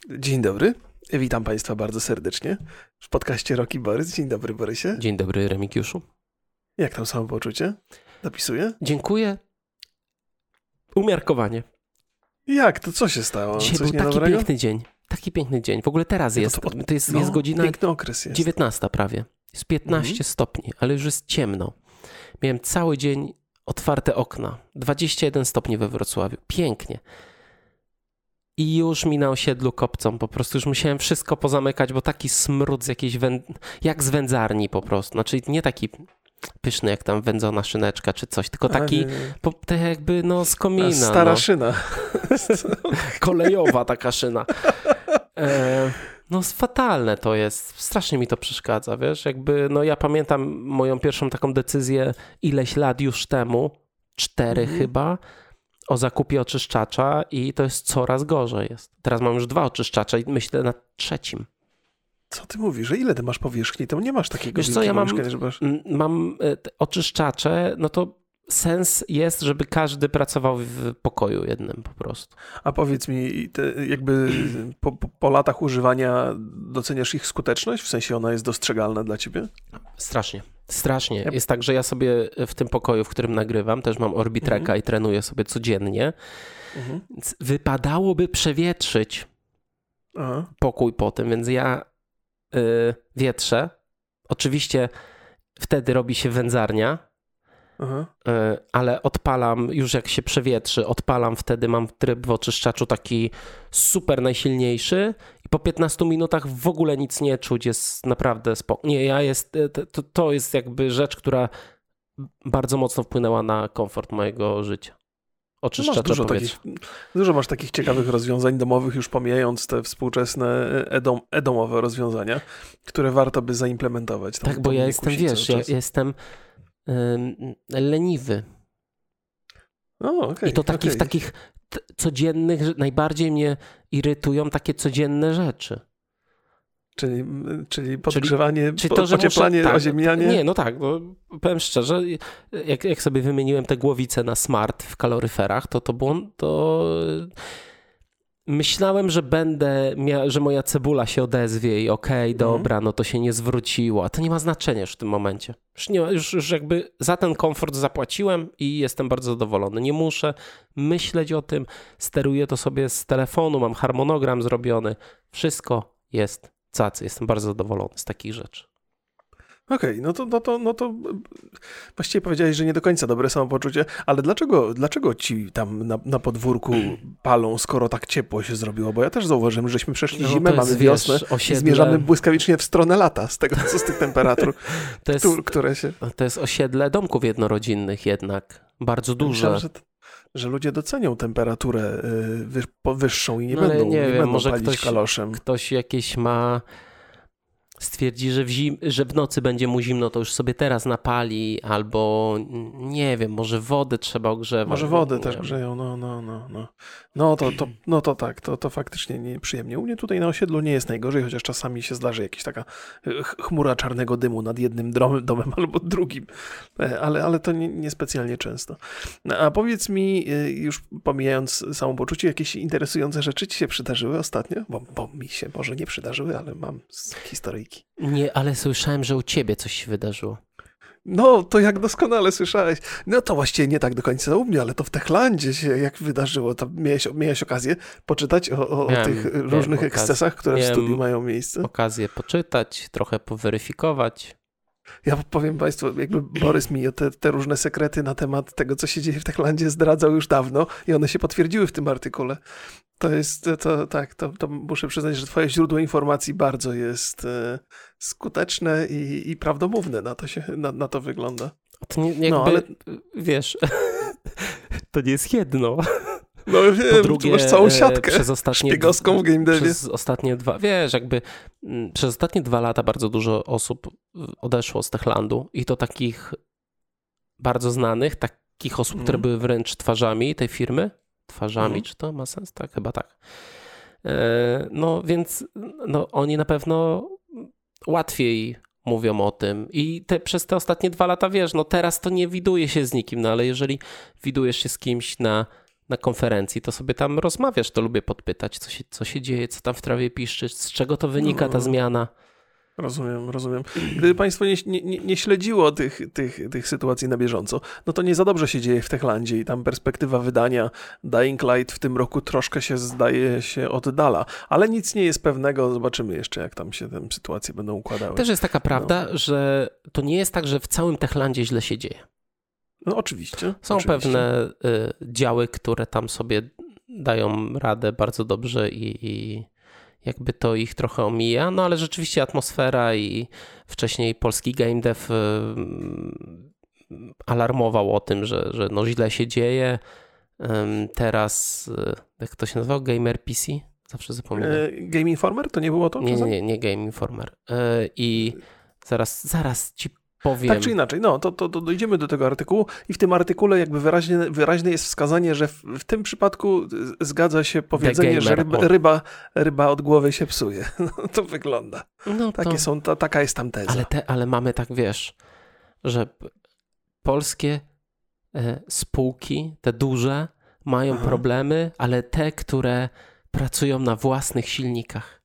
Dzień dobry, witam Państwa bardzo serdecznie w podcaście Roki Borys. Dzień dobry, Borysie. Dzień dobry, Remigiuszu. Jak tam samopoczucie? Dopisuję? Dziękuję. Umiarkowanie. Jak? To co się stało? Dzisiaj Coś był taki niedobrego? piękny dzień. Taki piękny dzień. W ogóle teraz jest. Jest godzina piękny okres jest. 19 prawie. Jest 15 stopni, ale już jest ciemno. Miałem cały dzień otwarte okna. 21 stopni we Wrocławiu. Pięknie. I już mi na osiedlu kopcą po prostu. Już musiałem wszystko pozamykać, bo taki smród z jakiejś jak z wędzarni po prostu. Znaczy nie taki pyszny jak tam wędzona szyneczka czy coś, tylko taki tak jakby z komina. Stara szyna. Kolejowa taka szyna. Fatalne to jest. Strasznie mi to przeszkadza, wiesz? Ja pamiętam moją pierwszą taką decyzję ileś lat już temu, 4 chyba, o zakupie oczyszczacza i to jest coraz gorzej jest. Teraz mam już 2 oczyszczacze i myślę nad 3. Co ty mówisz? Że ile ty masz powierzchni? To nie masz takiego wiesz co, ja mieszkania, że masz... mam oczyszczacze, no to sens jest, żeby każdy pracował w pokoju jednym po prostu. A powiedz mi, po latach używania doceniasz ich skuteczność? W sensie ona jest dostrzegalna dla ciebie? Strasznie. Jest tak, że ja sobie w tym pokoju, w którym nagrywam, też mam Orbitreka i trenuję sobie codziennie. Więc wypadałoby przewietrzyć pokój po tym, więc ja wietrzę. Oczywiście wtedy robi się wędzarnia, ale odpalam, już jak się przewietrzy, wtedy mam tryb w oczyszczaczu taki super najsilniejszy i po 15 minutach w ogóle nic nie czuć, jest naprawdę spoko. Nie, to jest jakby rzecz, która bardzo mocno wpłynęła na komfort mojego życia. Oczyszczacza powietrza. Dużo masz takich ciekawych rozwiązań domowych, już pomijając te współczesne e-domowe rozwiązania, które warto by zaimplementować. Tak, bo ja jestem, ja jestem leniwy. I to takich codziennych, najbardziej mnie irytują takie codzienne rzeczy. Czyli podgrzewanie, ocieplanie, oziemnianie? Nie, powiem szczerze, jak sobie wymieniłem te głowice na smart w kaloryferach, to myślałem, że moja cebula się odezwie i dobra, to się nie zwróciło. A to nie ma znaczenia już w tym momencie. Już jakby za ten komfort zapłaciłem i jestem bardzo zadowolony. Nie muszę myśleć o tym, steruję to sobie z telefonu, mam harmonogram zrobiony. Wszystko jest cacy. Jestem bardzo zadowolony z takich rzeczy. Okej, no to właściwie powiedziałeś, że nie do końca dobre samopoczucie, ale dlaczego ci tam na podwórku palą, skoro tak ciepło się zrobiło? Bo ja też zauważyłem, że żeśmy przeszli zimę, mamy wiosnę i zmierzamy błyskawicznie w stronę lata z tych temperatur, które się... To jest osiedle domków jednorodzinnych jednak, bardzo duże. Myślałem, że ludzie docenią temperaturę wyższą i nie będą palić kaloszem. Ktoś jakieś stwierdzi, że w nocy będzie mu zimno, to już sobie teraz napali, albo nie wiem, może wodę trzeba ogrzewać. Może wodę też grzeją, to faktycznie nieprzyjemnie. U mnie tutaj na osiedlu nie jest najgorzej, chociaż czasami się zdarzy jakaś taka chmura czarnego dymu nad jednym domem albo drugim, ale to niespecjalnie często. A powiedz mi, już pomijając samopoczucie, jakieś interesujące rzeczy ci się przydarzyły ostatnio? Bo mi się może nie przydarzyły, ale mam historyjki. Nie, ale słyszałem, że u ciebie coś się wydarzyło. No, to jak doskonale słyszałeś. No to właściwie nie tak do końca u mnie, ale to w Techlandzie się jak wydarzyło. To miałeś okazję poczytać o tych różnych ekscesach, które w studiu mają miejsce? Okazję poczytać, trochę poweryfikować. Ja powiem Państwu, jakby Borys mi te różne sekrety na temat tego, co się dzieje w Techlandzie, zdradzał już dawno i one się potwierdziły w tym artykule. To muszę przyznać, że twoje źródło informacji bardzo jest skuteczne i prawdomówne. Na to wygląda. To ale wiesz, to nie jest jedno. No wiem, po drugie, masz całą siatkę szpiegowską w game devie. Przez ostatnie 2 lata bardzo dużo osób odeszło z Techlandu i to takich bardzo znanych, takich osób, które były wręcz twarzami tej firmy. Czy to ma sens? Tak, chyba tak. Więc oni na pewno łatwiej mówią o tym i przez te ostatnie 2 lata, wiesz, teraz to nie widuje się z nikim, ale jeżeli widujesz się z kimś na konferencji, to sobie tam rozmawiasz, to lubię podpytać, co się dzieje, co tam w trawie piszczy, z czego to wynika ta zmiana. Rozumiem. Gdyby państwo nie śledziło tych sytuacji na bieżąco, no to nie za dobrze się dzieje w Techlandzie i tam perspektywa wydania Dying Light w tym roku troszkę się zdaje się oddala, ale nic nie jest pewnego, zobaczymy jeszcze jak tam się te sytuacje będą układały. Też jest taka prawda, że to nie jest tak, że w całym Techlandzie źle się dzieje. No oczywiście. Są pewne działy, które tam sobie dają radę bardzo dobrze i jakby to ich trochę omija, no ale rzeczywiście atmosfera i wcześniej polski game dev alarmował o tym, że no źle się dzieje. Teraz, jak to się nazywało? Gamer PC? Zawsze zapominam. Game Informer? To nie było to? Nie Game Informer. I zaraz ci powiem. Tak czy inaczej, no to dojdziemy do tego artykułu i w tym artykule jakby wyraźnie jest wskazanie, że w tym przypadku zgadza się powiedzenie, że ryba od głowy się psuje. No, to wygląda. No taka jest tam teza. Ale mamy tak, wiesz, że polskie spółki, te duże, mają problemy, ale te, które pracują na własnych silnikach.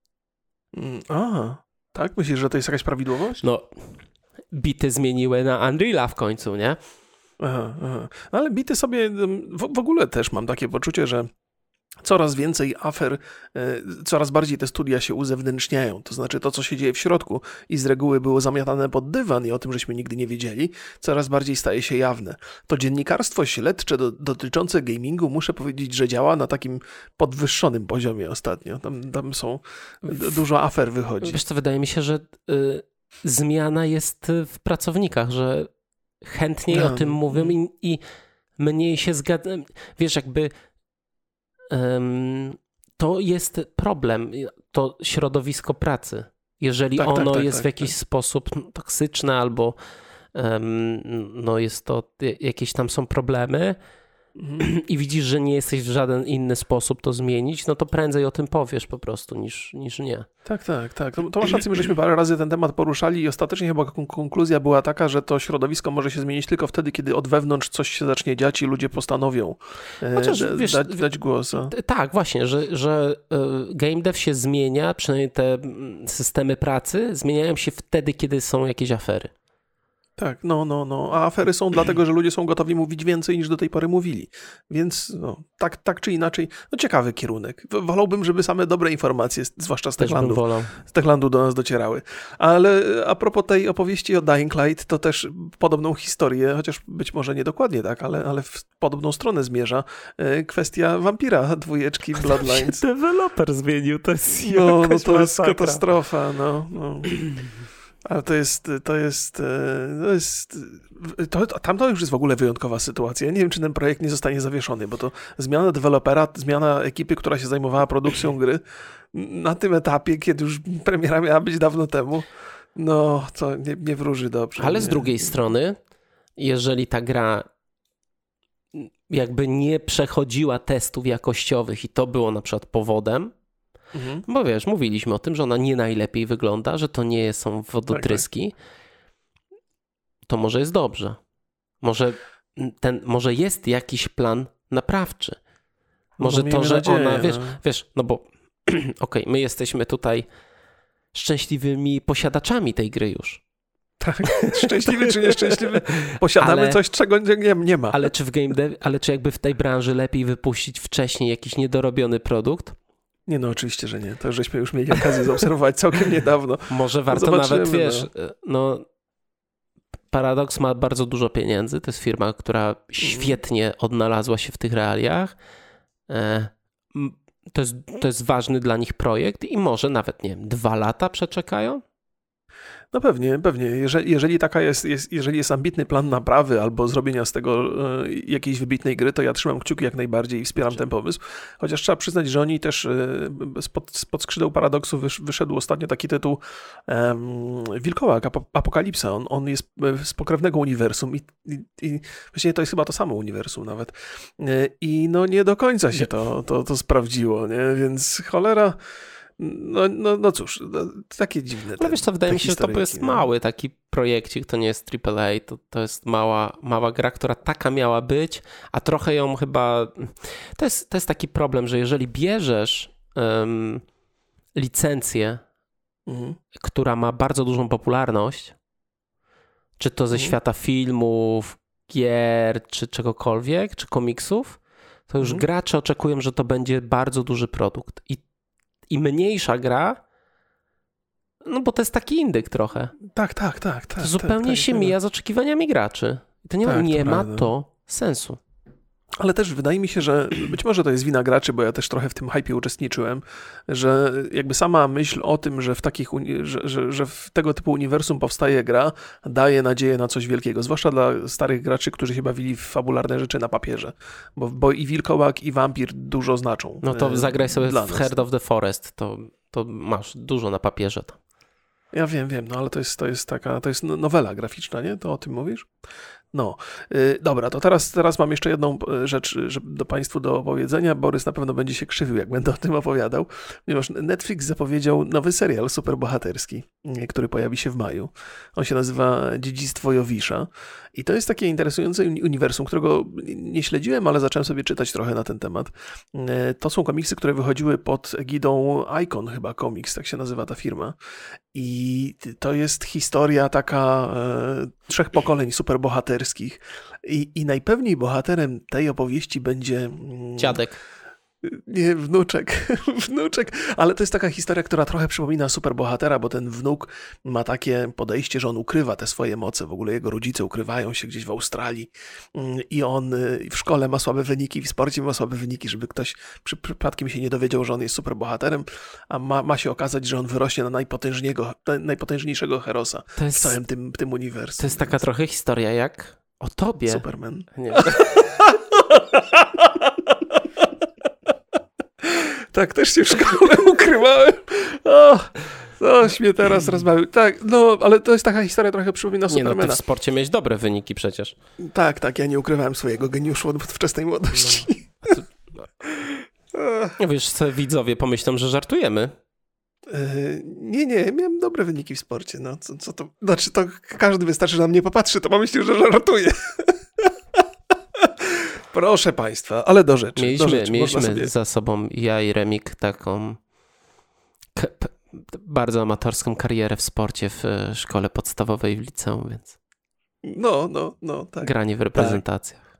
Tak? Myślisz, że to jest jakaś prawidłowość? No, bity zmieniły na Unreala w końcu, nie? Aha. No, ale bity sobie, w ogóle też mam takie poczucie, że coraz więcej afer, coraz bardziej te studia się uzewnętrzniają. To znaczy to, co się dzieje w środku i z reguły było zamiatane pod dywan i o tym, żeśmy nigdy nie wiedzieli, coraz bardziej staje się jawne. To dziennikarstwo śledcze dotyczące gamingu, muszę powiedzieć, że działa na takim podwyższonym poziomie ostatnio. Tam są dużo afer wychodzi. Wiesz co, wydaje mi się, że zmiana jest w pracownikach, że chętniej o tym mówią i mniej się zgadzam. Wiesz, jakby to jest problem, to środowisko pracy. Jeżeli ono jest w jakiś sposób toksyczne albo no jest to, jakieś tam są problemy i widzisz, że nie jesteś w żaden inny sposób to zmienić, no to prędzej o tym powiesz po prostu niż nie. Tak. To masz rację, my żeśmy parę razy ten temat poruszali i ostatecznie chyba konkluzja była taka, że to środowisko może się zmienić tylko wtedy, kiedy od wewnątrz coś się zacznie dziać i ludzie postanowią dać głos. Tak, właśnie, że game dev się zmienia, przynajmniej te systemy pracy zmieniają się wtedy, kiedy są jakieś afery. Tak, a afery są dlatego, że ludzie są gotowi mówić więcej niż do tej pory mówili. Więc tak czy inaczej, ciekawy kierunek. Wolałbym, żeby same dobre informacje, zwłaszcza z Techlandu do nas docierały. Ale a propos tej opowieści o Dying Light, to też podobną historię, chociaż być może nie dokładnie tak, ale w podobną stronę zmierza kwestia Vampira 2 Bloodlines. Deweloper zmienił, to jest to jest katastrofa, Ale tam to już jest w ogóle wyjątkowa sytuacja. Ja nie wiem, czy ten projekt nie zostanie zawieszony, bo to zmiana dewelopera, zmiana ekipy, która się zajmowała produkcją gry na tym etapie, kiedy już premiera miała być dawno temu, no to nie wróży dobrze. Ale z drugiej strony, jeżeli ta gra jakby nie przechodziła testów jakościowych i to było na przykład powodem, bo wiesz, mówiliśmy o tym, że ona nie najlepiej wygląda, że to nie są wodotryski, to może jest dobrze. Może jest jakiś plan naprawczy. Może to, że nadzieję, ona, wiesz, no bo okej, my jesteśmy tutaj szczęśliwymi posiadaczami tej gry już. Tak, szczęśliwy czy nieszczęśliwy, posiadamy coś, czego nie ma. Ale czy w game dev, czy jakby w tej branży lepiej wypuścić wcześniej jakiś niedorobiony produkt? Nie, no oczywiście, że nie. To żeśmy już mieli okazję zaobserwować całkiem niedawno. Może warto nawet, wiesz, Paradox ma bardzo dużo pieniędzy. To jest firma, która świetnie odnalazła się w tych realiach. To jest ważny dla nich projekt i może nawet, nie wiem, 2 lata przeczekają? No pewnie. Jeżeli jeżeli jest ambitny plan naprawy albo zrobienia z tego jakiejś wybitnej gry, to ja trzymam kciuki jak najbardziej i wspieram ten pomysł. Chociaż trzeba przyznać, że oni też spod skrzydeł Paradoksu wyszedł ostatnio taki tytuł Wilkołak, Apokalipsa. On jest z pokrewnego uniwersum i właściwie to jest chyba to samo uniwersum nawet. I no nie do końca się to sprawdziło, nie? Więc cholera. No cóż, takie dziwne. Ale wiesz co, wydaje mi się, że to jest mały taki projekcik, to nie jest AAA, to jest mała gra, która taka miała być, a trochę ją chyba... To jest taki problem, że jeżeli bierzesz licencję, która ma bardzo dużą popularność, czy to ze świata filmów, gier, czy czegokolwiek, czy komiksów, to już gracze oczekują, że to będzie bardzo duży produkt. I mniejsza gra, no bo to jest taki indyk trochę. Tak. To zupełnie się mija z oczekiwaniami graczy. I to nie ma to sensu. Ale też wydaje mi się, że być może to jest wina graczy, bo ja też trochę w tym hypie uczestniczyłem, że jakby sama myśl o tym, że w takich, że w tego typu uniwersum powstaje gra, daje nadzieję na coś wielkiego, zwłaszcza dla starych graczy, którzy się bawili w fabularne rzeczy na papierze, bo i Wilkołak, i Wampir dużo znaczą. No to zagraj sobie w Heart of the Forest, to masz dużo na papierze. Ja wiem, no ale to jest nowela graficzna, nie? To o tym mówisz? No, dobra, to teraz mam jeszcze jedną rzecz do Państwu do opowiedzenia. Borys na pewno będzie się krzywił, jak będę o tym opowiadał, ponieważ Netflix zapowiedział nowy serial superbohaterski, który pojawi się w maju. On się nazywa Dziedzictwo Jowisza i to jest takie interesujące uniwersum, którego nie śledziłem, ale zacząłem sobie czytać trochę na ten temat. To są komiksy, które wychodziły pod egidą Icon chyba Comics, tak się nazywa ta firma. I to jest historia taka 3 pokoleń superbohaterskich i najpewniej bohaterem tej opowieści będzie... Dziadek. Nie, wnuczek, ale to jest taka historia, która trochę przypomina superbohatera, bo ten wnuk ma takie podejście, że on ukrywa te swoje moce, w ogóle jego rodzice ukrywają się gdzieś w Australii i on w szkole ma słabe wyniki, w sporcie ma słabe wyniki, żeby ktoś przypadkiem się nie dowiedział, że on jest superbohaterem, a ma się okazać, że on wyrośnie na najpotężniejszego herosa w całym tym uniwersum. To jest taka trochę historia jak o tobie. Superman. Nie. Tak, też się w szkole ukrywałem. Coś mnie teraz rozbawił. Tak, no, ale to jest taka historia, trochę przypomina Supermana. Nie, no ty w sporcie miałeś dobre wyniki przecież. Tak, ja nie ukrywałem swojego geniuszu od wczesnej młodości. No wiesz co, widzowie pomyślą, że żartujemy. Nie, miałem dobre wyniki w sporcie. No, co to? Znaczy, to każdy wystarczy, że na mnie popatrzy, to pomyśli, że żartuję. Proszę Państwa, ale do rzeczy. Mieliśmy za sobą, ja i Remik, taką bardzo amatorską karierę w sporcie w szkole podstawowej w liceum, więc no, tak. Granie w reprezentacjach.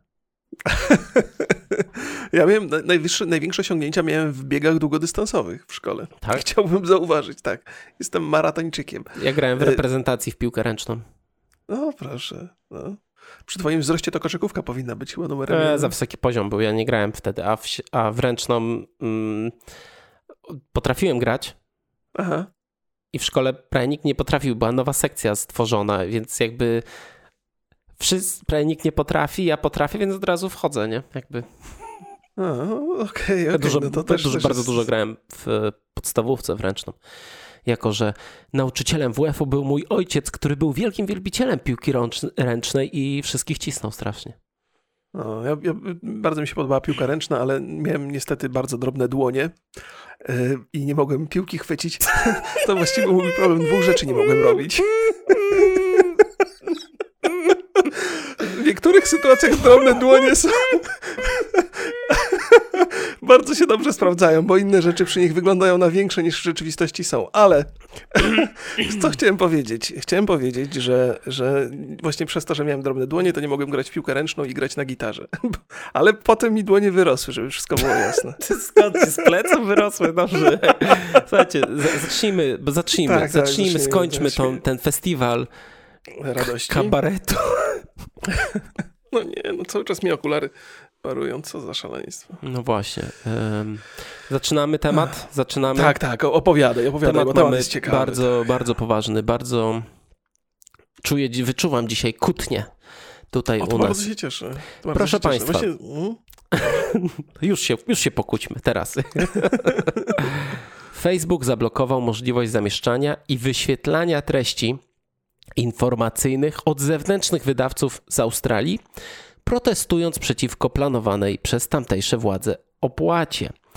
Ja miałem największe osiągnięcia miałem w biegach długodystansowych w szkole. Tak? Chciałbym zauważyć, tak. Jestem maratończykiem. Ja grałem w reprezentacji w piłkę ręczną. No, proszę. No. Przy twoim wzroście to koszykówka powinna być chyba numerem 1. Za wysoki poziom był, ja nie grałem wtedy, a w ręczną potrafiłem grać. Aha. I w szkole prawie nikt nie potrafił, była nowa sekcja stworzona, więc jakby prawie nikt nie potrafi, ja potrafię, więc od razu wchodzę, nie? Jakby. Okej. Bardzo dużo grałem w podstawówce w ręczną. Jako że nauczycielem WF-u był mój ojciec, który był wielkim wielbicielem piłki ręcznej i wszystkich cisnął strasznie. Bardzo mi się podobała piłka ręczna, ale miałem niestety bardzo drobne dłonie i nie mogłem piłki chwycić. To właściwie był mój problem. 2 rzeczy nie mogłem robić. W niektórych sytuacjach drobne dłonie są... bardzo się dobrze sprawdzają, bo inne rzeczy przy nich wyglądają na większe niż w rzeczywistości są. Ale co chciałem powiedzieć? Chciałem powiedzieć, że właśnie przez to, że miałem drobne dłonie, to nie mogłem grać w piłkę ręczną i grać na gitarze. Ale potem mi dłonie wyrosły, żeby wszystko było jasne. Skąd z pleców wyrosły? Dobrze. Słuchajcie, zacznijmy, skończmy ten festiwal radości. Kabaretu. No nie, cały czas mi okulary parują, co za szaleństwo. No właśnie. Zaczynamy temat? Zaczynamy? Tak, opowiadaj, bo temat jest ciekawy. Bardzo, bardzo poważny, bardzo wyczuwam dzisiaj kłótnię tutaj u nas. Bardzo się cieszę. Proszę Państwa. Właśnie... już się pokłóćmy teraz. Facebook zablokował możliwość zamieszczania i wyświetlania treści informacyjnych od zewnętrznych wydawców z Australii, protestując przeciwko planowanej przez tamtejsze władze opłacie.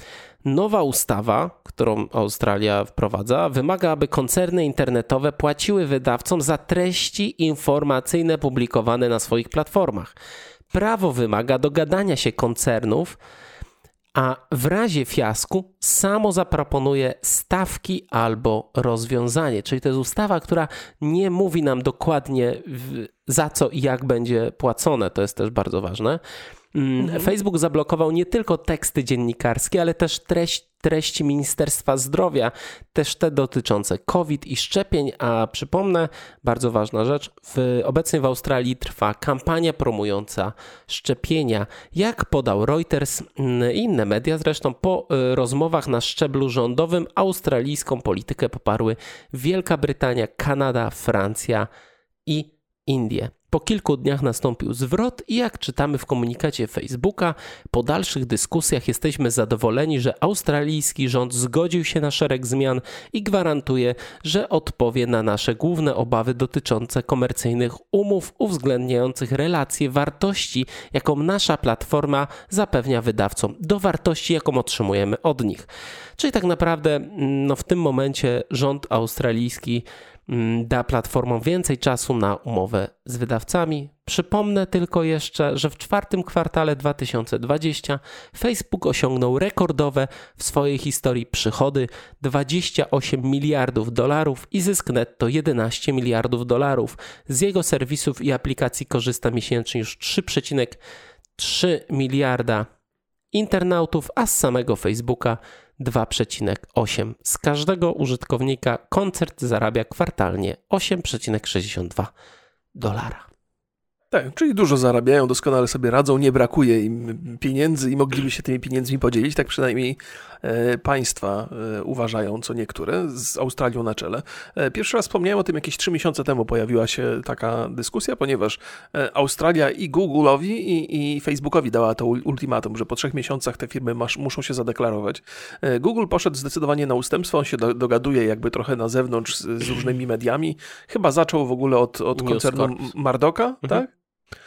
Nowa ustawa, którą Australia wprowadza, wymaga, aby koncerny internetowe płaciły wydawcom za treści informacyjne publikowane na swoich platformach. Prawo wymaga dogadania się koncernów, a w razie fiasku samo zaproponuje stawki albo rozwiązanie. Czyli to jest ustawa, która nie mówi nam dokładnie za co i jak będzie płacone. To jest też bardzo ważne. Facebook zablokował nie tylko teksty dziennikarskie, ale też treści Ministerstwa Zdrowia, też te dotyczące COVID i szczepień, a przypomnę, bardzo ważna rzecz, obecnie w Australii trwa kampania promująca szczepienia. Jak podał Reuters i inne media zresztą, po rozmowach na szczeblu rządowym australijską politykę poparły Wielka Brytania, Kanada, Francja i Indie. Po kilku dniach nastąpił zwrot i jak czytamy w komunikacie Facebooka, po dalszych dyskusjach jesteśmy zadowoleni, że australijski rząd zgodził się na szereg zmian i gwarantuje, że odpowie na nasze główne obawy dotyczące komercyjnych umów uwzględniających relacje wartości, jaką nasza platforma zapewnia wydawcom, do wartości, jaką otrzymujemy od nich. Czyli tak naprawdę w tym momencie rząd australijski da platformom więcej czasu na umowę z wydawcami. Przypomnę tylko jeszcze, że w czwartym kwartale 2020 Facebook osiągnął rekordowe w swojej historii przychody $28 miliardów i zysk netto $11 miliardów. Z jego serwisów i aplikacji korzysta miesięcznie już 3,3 miliarda internautów, a z samego Facebooka 2,8. Z każdego użytkownika koncern zarabia kwartalnie $8,62. Tak, czyli dużo zarabiają, doskonale sobie radzą, nie brakuje im pieniędzy i mogliby się tymi pieniędzmi podzielić, tak przynajmniej państwa uważają, co niektóre, z Australią na czele. Pierwszy raz wspomniałem o tym jakieś 3 miesiące temu, pojawiła się taka dyskusja, ponieważ Australia i Google'owi i Facebookowi dała to ultimatum, że po 3 miesiącach te firmy muszą się zadeklarować. Google poszedł zdecydowanie na ustępstwo, on się dogaduje jakby trochę na zewnątrz z różnymi mediami. Chyba zaczął w ogóle od koncernu Murdocha, tak?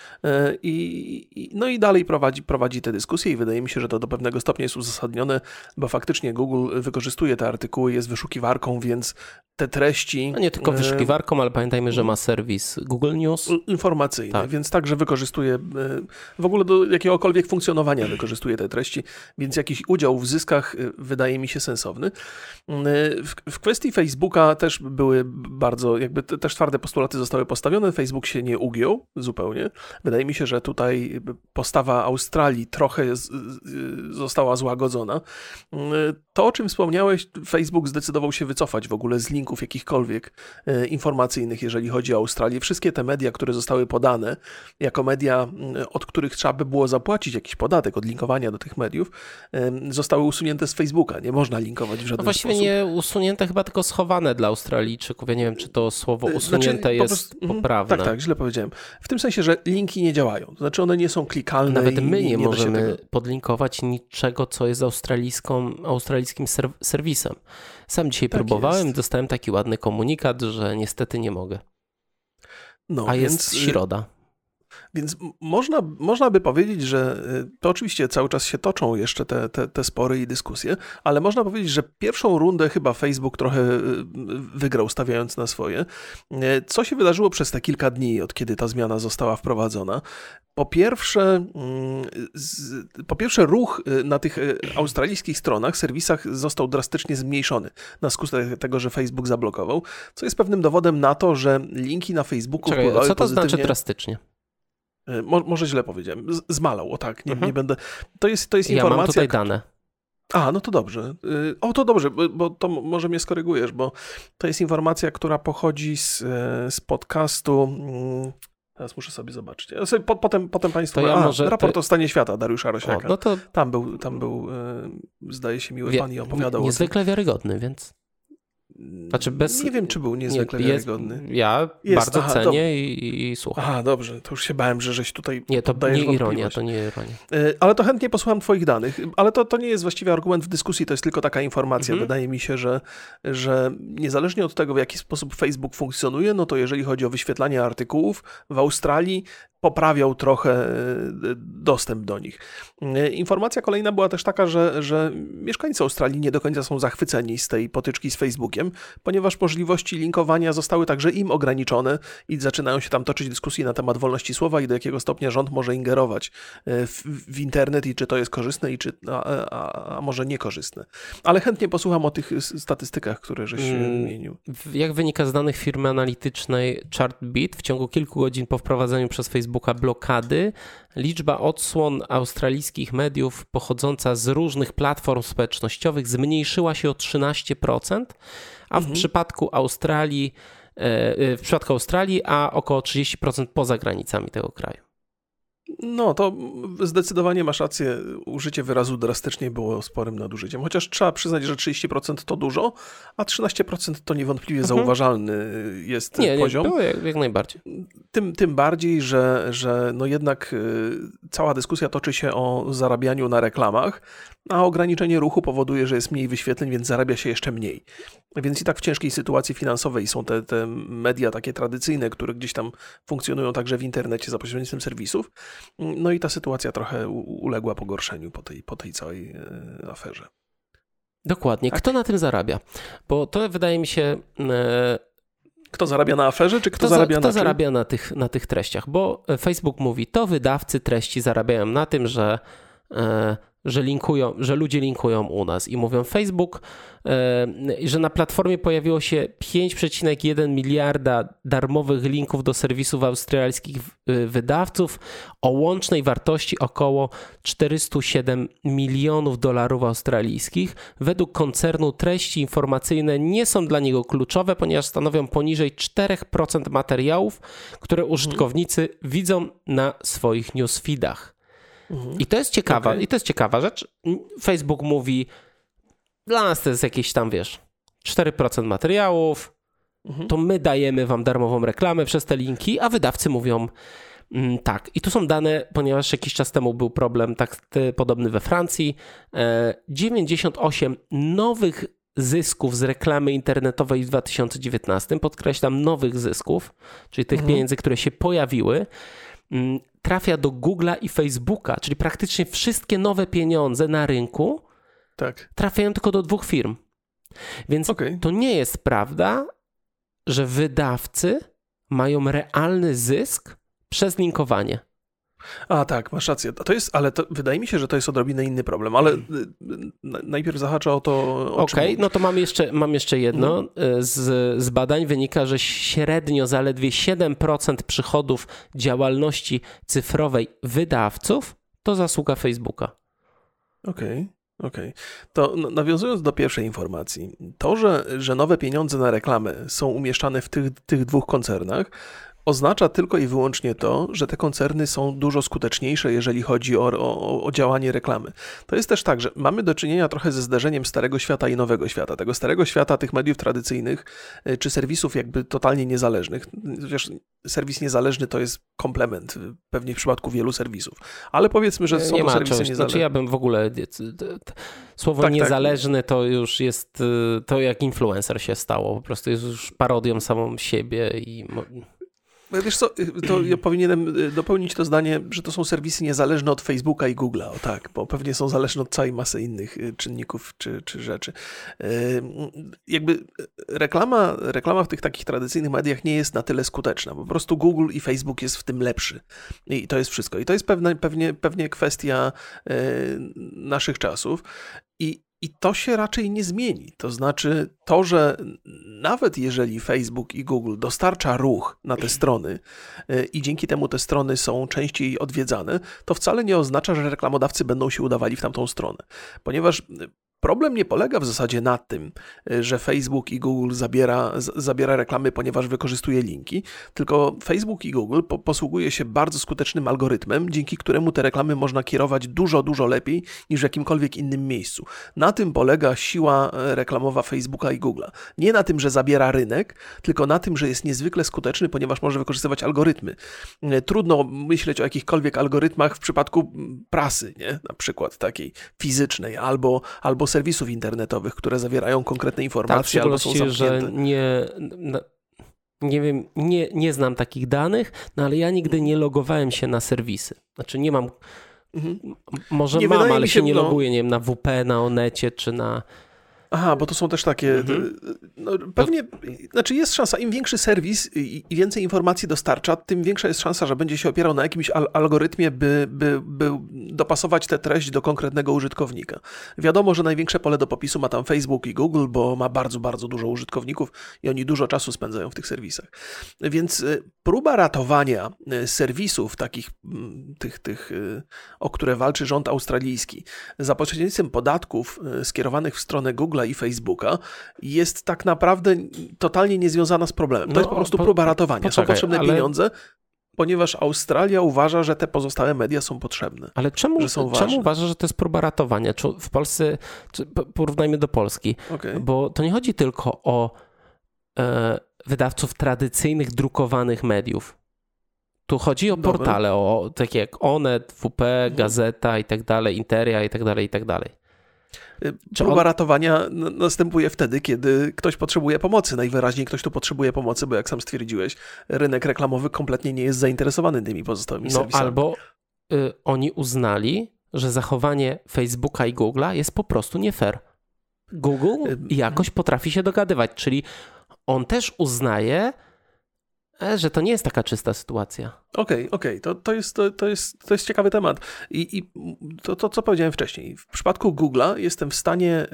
I dalej prowadzi te dyskusje i wydaje mi się, że to do pewnego stopnia jest uzasadnione, bo faktycznie Google wykorzystuje te artykuły, jest wyszukiwarką, więc te treści... No nie tylko wyszukiwarką, ale pamiętajmy, że ma serwis Google News. Informacyjny, tak. Więc także wykorzystuje w ogóle do jakiegokolwiek funkcjonowania wykorzystuje te treści, więc jakiś udział w zyskach wydaje mi się sensowny. W kwestii Facebooka też były bardzo, też twarde postulaty zostały postawione, Facebook się nie ugiął zupełnie. Wydaje mi się, że tutaj postawa Australii trochę została złagodzona. To, o czym wspomniałeś, Facebook zdecydował się wycofać w ogóle z linków jakichkolwiek informacyjnych, jeżeli chodzi o Australię. Wszystkie te media, które zostały podane jako media, od których trzeba by było zapłacić jakiś podatek od linkowania do tych mediów, zostały usunięte z Facebooka. Nie można linkować w żaden właściwie sposób. Nie usunięte, chyba tylko schowane dla Australijczyków. Ja nie wiem, czy to słowo usunięte jest poprawne. Tak, źle powiedziałem. W tym sensie, że linki nie działają. To znaczy one nie są klikalne. Nawet my nie możemy podlinkować niczego, co jest australijskim serwisem. Sam dzisiaj próbowałem, dostałem taki ładny komunikat, że niestety nie mogę. A jest środa. Więc można by powiedzieć, że to oczywiście cały czas się toczą jeszcze te spory i dyskusje, ale można powiedzieć, że pierwszą rundę chyba Facebook trochę wygrał, stawiając na swoje. Co się wydarzyło przez te kilka dni, od kiedy ta zmiana została wprowadzona? Po pierwsze ruch na tych australijskich stronach, serwisach został drastycznie zmniejszony na skutek tego, że Facebook zablokował, co jest pewnym dowodem na to, że linki na Facebooku wpływały pozytywnie. Co to znaczy drastycznie? Może źle powiedziałem. Zmalał, o tak, nie będę... To jest informacja... Ja mam tutaj dane. No to dobrze. To dobrze, bo to może mnie skorygujesz, bo to jest informacja, która pochodzi z podcastu... Teraz muszę sobie zobaczyć. Potem państwu... raport o stanie świata Dariusza Rosiaka. Tam był zdaje się, miły pan i opowiadał niezwykle wiarygodny, więc... Nie wiem, czy był niezwykle wiarygodny. Ja bardzo cenię i słucham. Dobrze, to już się bałem, że żeś tutaj to nie ironia. Ale to chętnie posłucham twoich danych. Ale to nie jest właściwie argument w dyskusji, to jest tylko taka informacja. Wydaje mi się, że niezależnie od tego, w jaki sposób Facebook funkcjonuje, no to jeżeli chodzi o wyświetlanie artykułów w Australii, poprawiał trochę dostęp do nich. Informacja kolejna była też taka, że mieszkańcy Australii nie do końca są zachwyceni z tej potyczki z Facebookiem, ponieważ możliwości linkowania zostały także im ograniczone i zaczynają się tam toczyć dyskusje na temat wolności słowa i do jakiego stopnia rząd może ingerować w internet i czy to jest korzystne i czy, a może niekorzystne. Ale chętnie posłucham o tych statystykach, które żeś wymienił. Jak wynika z danych firmy analitycznej Chartbeat, w ciągu kilku godzin po wprowadzeniu przez Facebooka blokady, liczba odsłon australijskich mediów pochodząca z różnych platform społecznościowych zmniejszyła się o 13%, a w przypadku Australii, a około 30% poza granicami tego kraju. No, to zdecydowanie masz rację, użycie wyrazu drastycznie było sporym nadużyciem, chociaż trzeba przyznać, że 30% to dużo, a 13% to niewątpliwie zauważalny jest poziom. Nie, było jak najbardziej. Tym bardziej, że no jednak cała dyskusja toczy się o zarabianiu na reklamach, a ograniczenie ruchu powoduje, że jest mniej wyświetleń, więc zarabia się jeszcze mniej. Więc i tak w ciężkiej sytuacji finansowej są te media takie tradycyjne, które gdzieś tam funkcjonują także w internecie za pośrednictwem serwisów. No i ta sytuacja trochę uległa pogorszeniu po tej całej aferze. Dokładnie. Tak? Kto na tym zarabia? Bo to wydaje mi się... Kto zarabia na aferze, czy kto zarabia na Kto zarabia na tych treściach? Bo Facebook mówi, to wydawcy treści zarabiają na tym, że ludzie linkują u nas i mówią Facebook, że na platformie pojawiło się 5,1 miliarda darmowych linków do serwisów australijskich wydawców o łącznej wartości około 407 milionów dolarów australijskich. Według koncernu treści informacyjne nie są dla niego kluczowe, ponieważ stanowią poniżej 4% materiałów, które użytkownicy widzą na swoich newsfeedach. I to jest ciekawa rzecz. Facebook mówi, dla nas to jest jakieś tam, 4% materiałów, to my dajemy wam darmową reklamę przez te linki, a wydawcy mówią tak. I tu są dane, ponieważ jakiś czas temu był problem podobny we Francji. 98 nowych zysków z reklamy internetowej w 2019, podkreślam, nowych zysków, czyli tych pieniędzy, które się pojawiły, trafia do Google'a i Facebooka, czyli praktycznie wszystkie nowe pieniądze na rynku trafiają tylko do 2 firm. Więc to nie jest prawda, że wydawcy mają realny zysk przez linkowanie. A tak, masz rację. Ale wydaje mi się, że to jest odrobinę inny problem, ale najpierw zahaczę o to, no to mam jeszcze jedno. Z badań wynika, że średnio zaledwie 7% przychodów działalności cyfrowej wydawców to zasługa Facebooka. Okej. To nawiązując do pierwszej informacji, to, że nowe pieniądze na reklamę są umieszczane w tych 2 koncernach, oznacza tylko i wyłącznie to, że te koncerny są dużo skuteczniejsze, jeżeli chodzi o działanie reklamy. To jest też tak, że mamy do czynienia trochę ze zderzeniem starego świata i nowego świata. Tego starego świata, tych mediów tradycyjnych, czy serwisów jakby totalnie niezależnych. Wiesz, serwis niezależny to jest komplement, pewnie w przypadku wielu serwisów. Ale powiedzmy, że są to serwisy niezależne. Znaczy ja bym w ogóle... Słowo niezależny to już jest... To jak influencer się stało. Po prostu jest już parodią samą siebie i... Wiesz co, to ja powinienem dopełnić to zdanie, że to są serwisy niezależne od Facebooka i Google'a, bo pewnie są zależne od całej masy innych czynników czy rzeczy. Jakby reklama w tych takich tradycyjnych mediach nie jest na tyle skuteczna. Po prostu Google i Facebook jest w tym lepszy. I to jest wszystko. I to jest pewnie kwestia naszych czasów. I to się raczej nie zmieni. To znaczy to, że nawet jeżeli Facebook i Google dostarcza ruch na te strony i dzięki temu te strony są częściej odwiedzane, to wcale nie oznacza, że reklamodawcy będą się udawali w tamtą stronę. Ponieważ problem nie polega w zasadzie na tym, że Facebook i Google zabiera reklamy, ponieważ wykorzystuje linki, tylko Facebook i Google posługuje się bardzo skutecznym algorytmem, dzięki któremu te reklamy można kierować dużo, dużo lepiej niż w jakimkolwiek innym miejscu. Na tym polega siła reklamowa Facebooka i Google'a. Nie na tym, że zabiera rynek, tylko na tym, że jest niezwykle skuteczny, ponieważ może wykorzystywać algorytmy. Trudno myśleć o jakichkolwiek algorytmach w przypadku prasy, nie? Na przykład takiej fizycznej albo serwisów internetowych, które zawierają konkretne informacje albo są zamknięte. Że Nie wiem, nie znam takich danych, no ale ja nigdy nie logowałem się na serwisy. Znaczy nie mam, może Nie mam, wydaje ale mi się się, nie no. loguję, nie wiem, na WP, na Onecie czy na... Aha, bo to są też takie... No, pewnie, znaczy jest szansa, im większy serwis i więcej informacji dostarcza, tym większa jest szansa, że będzie się opierał na jakimś algorytmie, by dopasować tę treść do konkretnego użytkownika. Wiadomo, że największe pole do popisu ma tam Facebook i Google, bo ma bardzo, bardzo dużo użytkowników i oni dużo czasu spędzają w tych serwisach. Więc próba ratowania serwisów takich, tych, o które walczy rząd australijski, za pośrednictwem podatków skierowanych w stronę Google'a i Facebooka jest tak naprawdę totalnie niezwiązana z problemem. To jest po prostu próba ratowania. Są potrzebne pieniądze, ponieważ Australia uważa, że te pozostałe media są potrzebne. Ale czemu uważasz, że to jest próba ratowania? W Polsce, porównajmy do Polski, bo to nie chodzi tylko o wydawców tradycyjnych, drukowanych mediów. Tu chodzi o portale, takie jak Onet, WP, Gazeta i tak dalej, Interia i tak dalej, i tak dalej. Próba ratowania następuje wtedy, kiedy ktoś potrzebuje pomocy. Najwyraźniej ktoś tu potrzebuje pomocy, bo jak sam stwierdziłeś, rynek reklamowy kompletnie nie jest zainteresowany tymi pozostałymi serwisami. Albo oni uznali, że zachowanie Facebooka i Google'a jest po prostu nie fair. Google jakoś potrafi się dogadywać, czyli on też uznaje, że to nie jest taka czysta sytuacja. Okej. To jest ciekawy temat. I to, co powiedziałem wcześniej. W przypadku Google'a jestem w stanie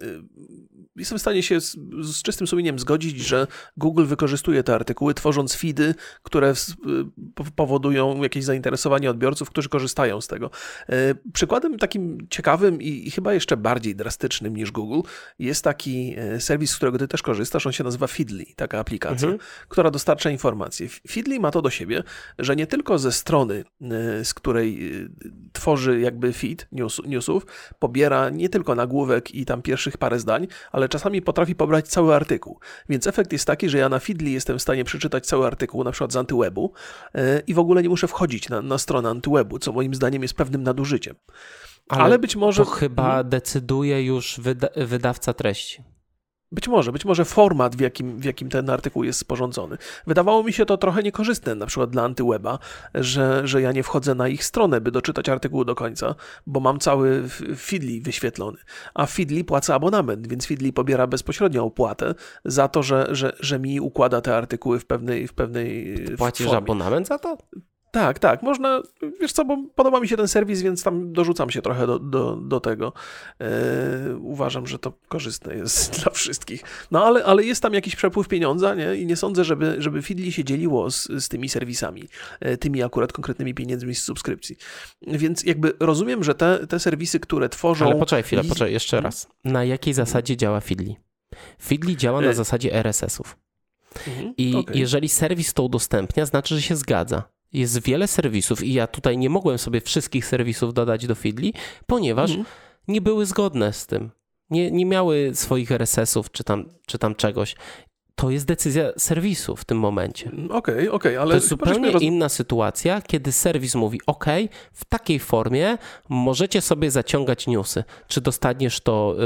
się z czystym sumieniem zgodzić, że Google wykorzystuje te artykuły, tworząc feedy, które powodują jakieś zainteresowanie odbiorców, którzy korzystają z tego. Przykładem takim ciekawym i chyba jeszcze bardziej drastycznym niż Google jest taki serwis, z którego ty też korzystasz. On się nazywa Feedly, taka aplikacja, która dostarcza informacje. Feedly ma to do siebie, że nie tylko ze strony, z której tworzy jakby feed newsów, pobiera nie tylko nagłówek i tam pierwszych parę zdań, ale czasami potrafi pobrać cały artykuł. Więc efekt jest taki, że ja na Feedly jestem w stanie przeczytać cały artykuł, na przykład z antywebu i w ogóle nie muszę wchodzić na stronę antywebu, co moim zdaniem jest pewnym nadużyciem. Ale być może... To chyba decyduje już wydawca treści. Być może format, w jakim ten artykuł jest sporządzony. Wydawało mi się to trochę niekorzystne, na przykład dla Antyweba, że ja nie wchodzę na ich stronę, by doczytać artykułu do końca, bo mam cały Feedly wyświetlony. A Feedly płaca abonament, więc Feedly pobiera bezpośrednio opłatę za to, że mi układa te artykuły w pewnej Płacisz formie. abonament za to? Tak, można, wiesz co, bo podoba mi się ten serwis, więc tam dorzucam się trochę do tego. Uważam, że to korzystne jest dla wszystkich. No ale jest tam jakiś przepływ pieniądza, nie? I nie sądzę, żeby Feedly się dzieliło z tymi serwisami, tymi akurat konkretnymi pieniędzmi z subskrypcji. Więc jakby rozumiem, że te serwisy, które tworzą... Ale poczekaj, jeszcze raz. Na jakiej zasadzie działa Feedly? Feedly działa na zasadzie RSS-ów. Jeżeli serwis to udostępnia, znaczy, że się zgadza. Jest wiele serwisów i ja tutaj nie mogłem sobie wszystkich serwisów dodać do Feedly, ponieważ nie były zgodne z tym. Nie miały swoich RSS-ów czy tam czegoś. To jest decyzja serwisu w tym momencie. Okej, ale... To jest zupełnie inna sytuacja, kiedy serwis mówi, w takiej formie możecie sobie zaciągać newsy. Czy dostaniesz to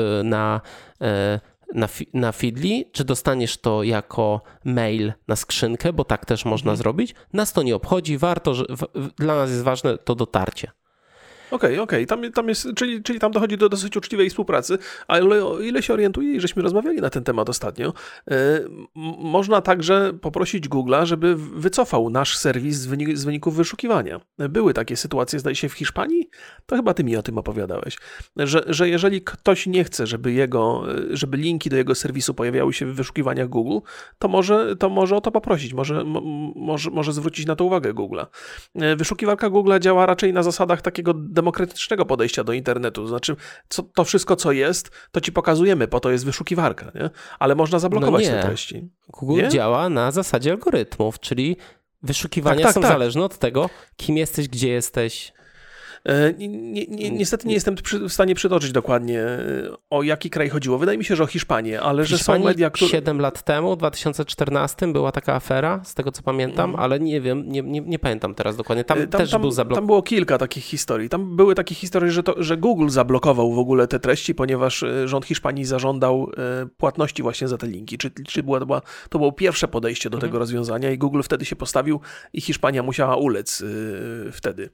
na Feedly, czy dostaniesz to jako mail na skrzynkę, bo tak też można zrobić. Nas to nie obchodzi, dla nas jest ważne to dotarcie. Okej. Tam jest, czyli tam dochodzi do dosyć uczciwej współpracy, ale o ile się orientuję i żeśmy rozmawiali na ten temat ostatnio, można także poprosić Google'a, żeby wycofał nasz serwis z wyników wyszukiwania. Były takie sytuacje, zdaje się, w Hiszpanii? To chyba ty mi o tym opowiadałeś. Że jeżeli ktoś nie chce, żeby linki do jego serwisu pojawiały się w wyszukiwaniach Google, to może o to poprosić, może zwrócić na to uwagę Google'a. Wyszukiwarka Google'a działa raczej na zasadach takiego demokratycznego podejścia do internetu. To znaczy, to wszystko, co jest, to ci pokazujemy, po to jest wyszukiwarka, nie? Ale można zablokować te treści. Google działa na zasadzie algorytmów, czyli wyszukiwania są zależne od tego, kim jesteś, gdzie jesteś. Niestety nie jestem w stanie przytoczyć dokładnie, o jaki kraj chodziło. Wydaje mi się, że o Hiszpanię, ale że są media, które... 7 lat temu, w 2014 była taka afera, z tego co pamiętam, ale nie wiem, nie pamiętam teraz dokładnie. Tam też był zablokowany. Tam było kilka takich historii. Tam były takie historie, że Google zablokował w ogóle te treści, ponieważ rząd Hiszpanii zażądał płatności właśnie za te linki. To było pierwsze podejście do tego rozwiązania i Google wtedy się postawił i Hiszpania musiała ulec wtedy.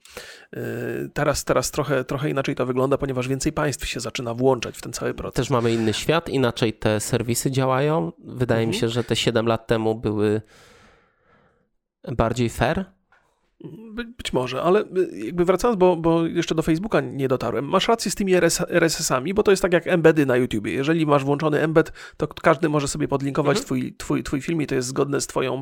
Teraz trochę inaczej to wygląda, ponieważ więcej państw się zaczyna włączać w ten cały proces. Też mamy inny świat, inaczej te serwisy działają. Wydaje mi się, że te 7 lat temu były bardziej fair. Być może, ale jakby wracając, bo jeszcze do Facebooka nie dotarłem, masz rację z tymi RSS-ami, bo to jest tak jak embedy na YouTubie. Jeżeli masz włączony embed, to każdy może sobie podlinkować twój film i to jest zgodne z twoją,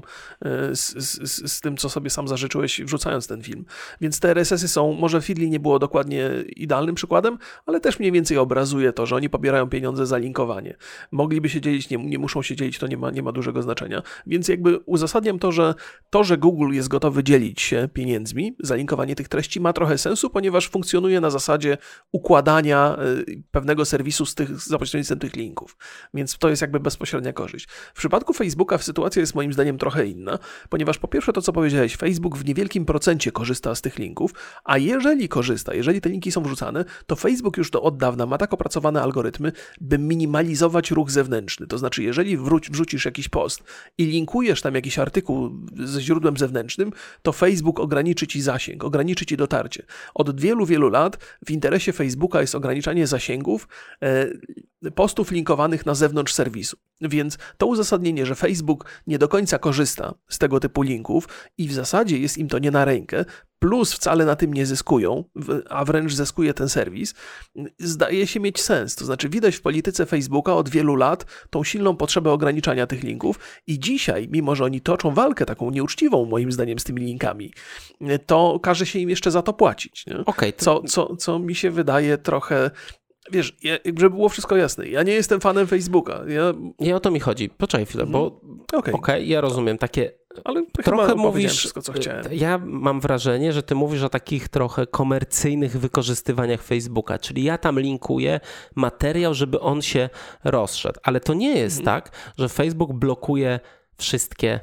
z tym, co sobie sam zażyczyłeś, wrzucając ten film. Więc te RSS-y są, może Feedly nie było dokładnie idealnym przykładem, ale też mniej więcej obrazuje to, że oni pobierają pieniądze za linkowanie. Mogliby się dzielić, nie muszą się dzielić, to nie ma dużego znaczenia. Więc jakby uzasadniam to, że Google jest gotowy dzielić się pieniędzmi za linkowanie tych treści ma trochę sensu, ponieważ funkcjonuje na zasadzie układania pewnego serwisu za pośrednictwem tych linków. Więc to jest jakby bezpośrednia korzyść. W przypadku Facebooka sytuacja jest moim zdaniem trochę inna, ponieważ po pierwsze to, co powiedziałeś, Facebook w niewielkim procencie korzysta z tych linków, a jeżeli te linki są wrzucane, to Facebook już od dawna ma tak opracowane algorytmy, by minimalizować ruch zewnętrzny. To znaczy, jeżeli wrzucisz jakiś post i linkujesz tam jakiś artykuł ze źródłem zewnętrznym, to Facebook ograniczy ci zasięg, ograniczy ci dotarcie. Od wielu lat w interesie Facebooka jest ograniczanie zasięgów postów linkowanych na zewnątrz serwisu. Więc to uzasadnienie, że Facebook nie do końca korzysta z tego typu linków i w zasadzie jest im to nie na rękę, plus wcale na tym nie zyskują, a wręcz zyskuje ten serwis, zdaje się mieć sens. To znaczy widać w polityce Facebooka od wielu lat tą silną potrzebę ograniczania tych linków i dzisiaj, mimo że oni toczą walkę taką nieuczciwą moim zdaniem z tymi linkami, to każe się im jeszcze za to płacić. Nie? Okay, co mi się wydaje trochę... Wiesz, żeby było wszystko jasne, ja nie jestem fanem Facebooka. Nie o to mi chodzi. Poczekaj chwilę, bo okej, ja rozumiem takie... Ale trochę mówisz wszystko, co chciałem. Ja mam wrażenie, że ty mówisz o takich trochę komercyjnych wykorzystywaniach Facebooka, czyli ja tam linkuję materiał, żeby on się rozszedł, ale to nie jest tak, że Facebook blokuje wszystkie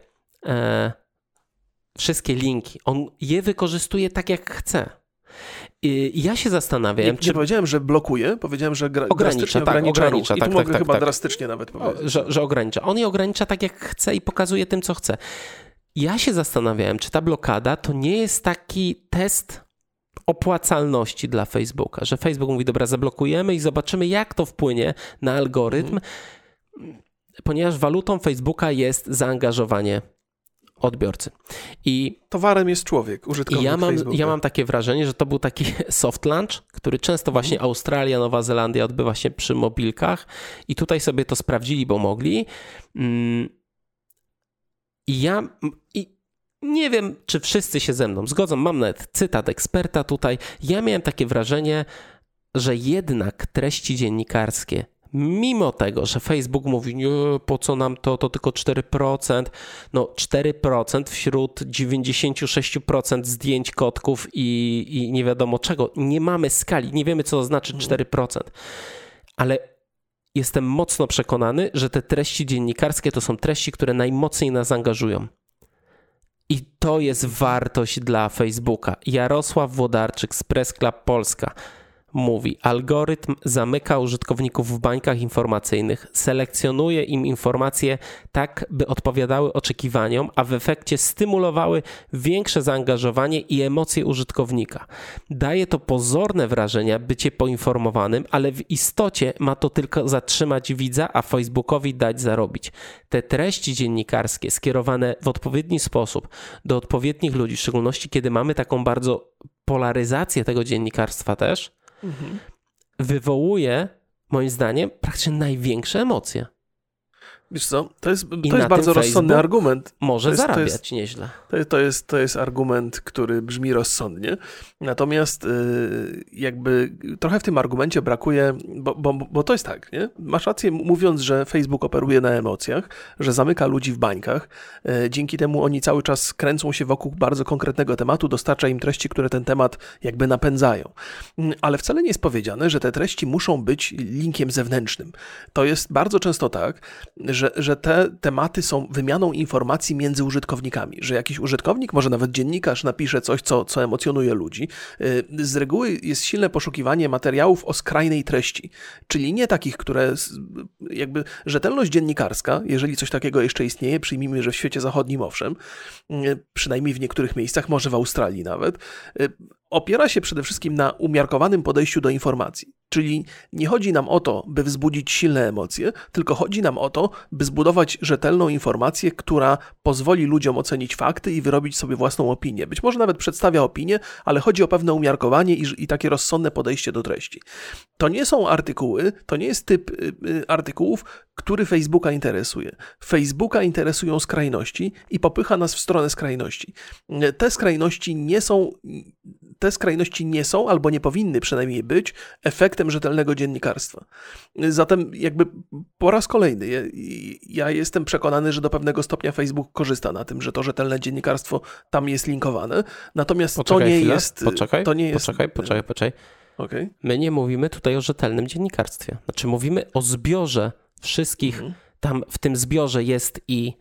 linki. On je wykorzystuje tak, jak chce. I ja się zastanawiam, nie powiedziałem, że blokuje, powiedziałem, że drastycznie ogranicza ruch. I tu mogę chyba drastycznie nawet powiedzieć. Że ogranicza. On je ogranicza tak, jak chce i pokazuje tym, co chce. Ja się zastanawiałem, czy ta blokada to nie jest taki test opłacalności dla Facebooka, że Facebook mówi, dobra, zablokujemy i zobaczymy, jak to wpłynie na algorytm, ponieważ walutą Facebooka jest zaangażowanie odbiorcy. I towarem jest człowiek, użytkownik Facebooka. Ja mam takie wrażenie, że to był taki soft launch, który często właśnie Australia, Nowa Zelandia odbywa się przy mobilkach i tutaj sobie to sprawdzili, bo mogli. I nie wiem, czy wszyscy się ze mną zgodzą, mam nawet cytat eksperta tutaj. Ja miałem takie wrażenie, że jednak treści dziennikarskie, mimo tego, że Facebook mówi, nie, po co nam to tylko 4%, no 4% wśród 96% zdjęć kotków i nie wiadomo czego. Nie mamy skali, nie wiemy, co to znaczy 4%. Ale jestem mocno przekonany, że te treści dziennikarskie to są treści, które najmocniej nas angażują. I to jest wartość dla Facebooka. Jarosław Włodarczyk z Press Club Polska mówi, algorytm zamyka użytkowników w bańkach informacyjnych, selekcjonuje im informacje tak, by odpowiadały oczekiwaniom, a w efekcie stymulowały większe zaangażowanie i emocje użytkownika. Daje to pozorne wrażenie bycie poinformowanym, ale w istocie ma to tylko zatrzymać widza, a Facebookowi dać zarobić. Te treści dziennikarskie skierowane w odpowiedni sposób do odpowiednich ludzi, w szczególności kiedy mamy taką bardzo polaryzację tego dziennikarstwa też, wywołuje, moim zdaniem, praktycznie największe emocje. Wiesz co, to jest bardzo rozsądny argument. Może zarabiać nieźle. To jest argument, który brzmi rozsądnie. Natomiast jakby trochę w tym argumencie brakuje, bo to jest tak, nie? Masz rację mówiąc, że Facebook operuje na emocjach, że zamyka ludzi w bańkach. Dzięki temu oni cały czas kręcą się wokół bardzo konkretnego tematu, dostarcza im treści, które ten temat jakby napędzają. Ale wcale nie jest powiedziane, że te treści muszą być linkiem zewnętrznym. To jest bardzo często tak, że te tematy są wymianą informacji między użytkownikami, że jakiś użytkownik, może nawet dziennikarz napisze coś, co emocjonuje ludzi. Z reguły jest silne poszukiwanie materiałów o skrajnej treści, czyli nie takich, które jakby rzetelność dziennikarska, jeżeli coś takiego jeszcze istnieje, przyjmijmy, że w świecie zachodnim owszem, przynajmniej w niektórych miejscach, może w Australii nawet, opiera się przede wszystkim na umiarkowanym podejściu do informacji. Czyli nie chodzi nam o to, by wzbudzić silne emocje, tylko chodzi nam o to, by zbudować rzetelną informację, która pozwoli ludziom ocenić fakty i wyrobić sobie własną opinię. Być może nawet przedstawia opinię, ale chodzi o pewne umiarkowanie i takie rozsądne podejście do treści. To nie są artykuły, to nie jest typ artykułów, który Facebooka interesuje. Facebooka interesują skrajności i popycha nas w stronę skrajności. Te skrajności nie są, albo nie powinny przynajmniej być, efektem rzetelnego dziennikarstwa. Zatem jakby po raz kolejny ja jestem przekonany, że do pewnego stopnia Facebook korzysta na tym, że to rzetelne dziennikarstwo tam jest linkowane. Natomiast Poczekaj to nie chwilę. jest... Poczekaj. Okay. My nie mówimy tutaj o rzetelnym dziennikarstwie. Znaczy mówimy o zbiorze wszystkich. Tam w tym zbiorze jest i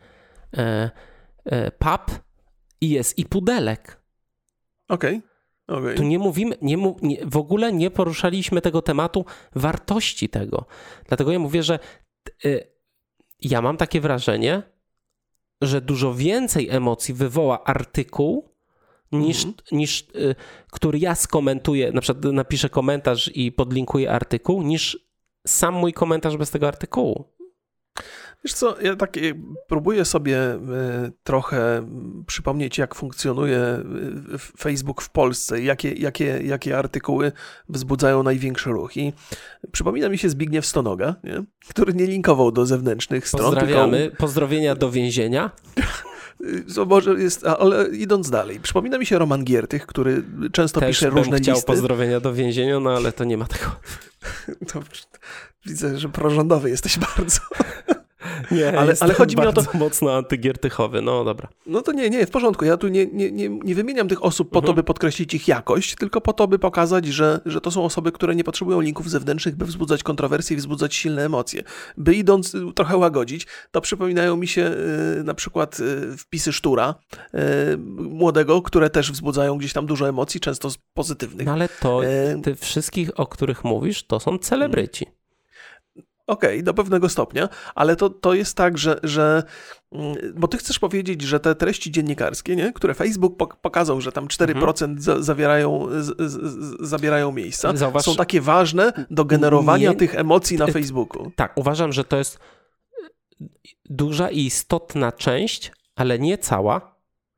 pub i jest i pudelek. Okej. Tu nie mówimy, w ogóle nie poruszaliśmy tego tematu wartości tego. Dlatego ja mówię, że ja mam takie wrażenie, że dużo więcej emocji wywoła artykuł niż który ja skomentuję, na przykład napiszę komentarz i podlinkuję artykuł, niż sam mój komentarz bez tego artykułu. Wiesz co, ja tak próbuję sobie trochę przypomnieć, jak funkcjonuje Facebook w Polsce, jakie artykuły wzbudzają największy ruch. I przypomina mi się Zbigniew Stonoga, nie? Który nie linkował do zewnętrznych stron. Pozdrawiamy. Pozdrowienia do więzienia. Może jest, ale idąc dalej, przypomina mi się Roman Giertych, który często pisze różne listy. Chciał pozdrowienia do więzienia, no ale to nie ma tego. Dobrze. Widzę, że prorządowy jesteś bardzo. Nie, ale chodzi mi o to mocno antygiertychowy, no dobra. No to nie, w porządku. Ja tu nie wymieniam tych osób po to, by podkreślić ich jakość, tylko po to, by pokazać, że to są osoby, które nie potrzebują linków zewnętrznych, by wzbudzać kontrowersje i wzbudzać silne emocje. By idąc trochę łagodzić, to przypominają mi się na przykład wpisy Sztura, młodego, które też wzbudzają gdzieś tam dużo emocji, często pozytywnych. No ale to ty wszystkich, o których mówisz, to są celebryci. Okej, do pewnego stopnia, ale to jest tak, że bo ty chcesz powiedzieć, że te treści dziennikarskie, nie, które Facebook pokazał, że tam 4% zabierają miejsca, zauważ, są takie ważne do generowania tych emocji na Facebooku. Tak, uważam, że to jest duża i istotna część, ale nie cała,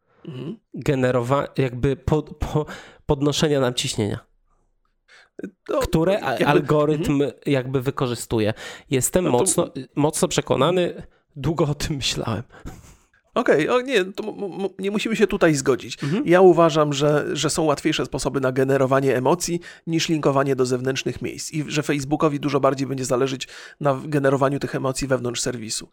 jakby podnoszenia nam ciśnienia. Które algorytm jakby wykorzystuje. Jestem mocno przekonany, długo o tym myślałem. Okej, nie musimy się tutaj zgodzić. Ja uważam, że są łatwiejsze sposoby na generowanie emocji niż linkowanie do zewnętrznych miejsc i że Facebookowi dużo bardziej będzie zależeć na generowaniu tych emocji wewnątrz serwisu.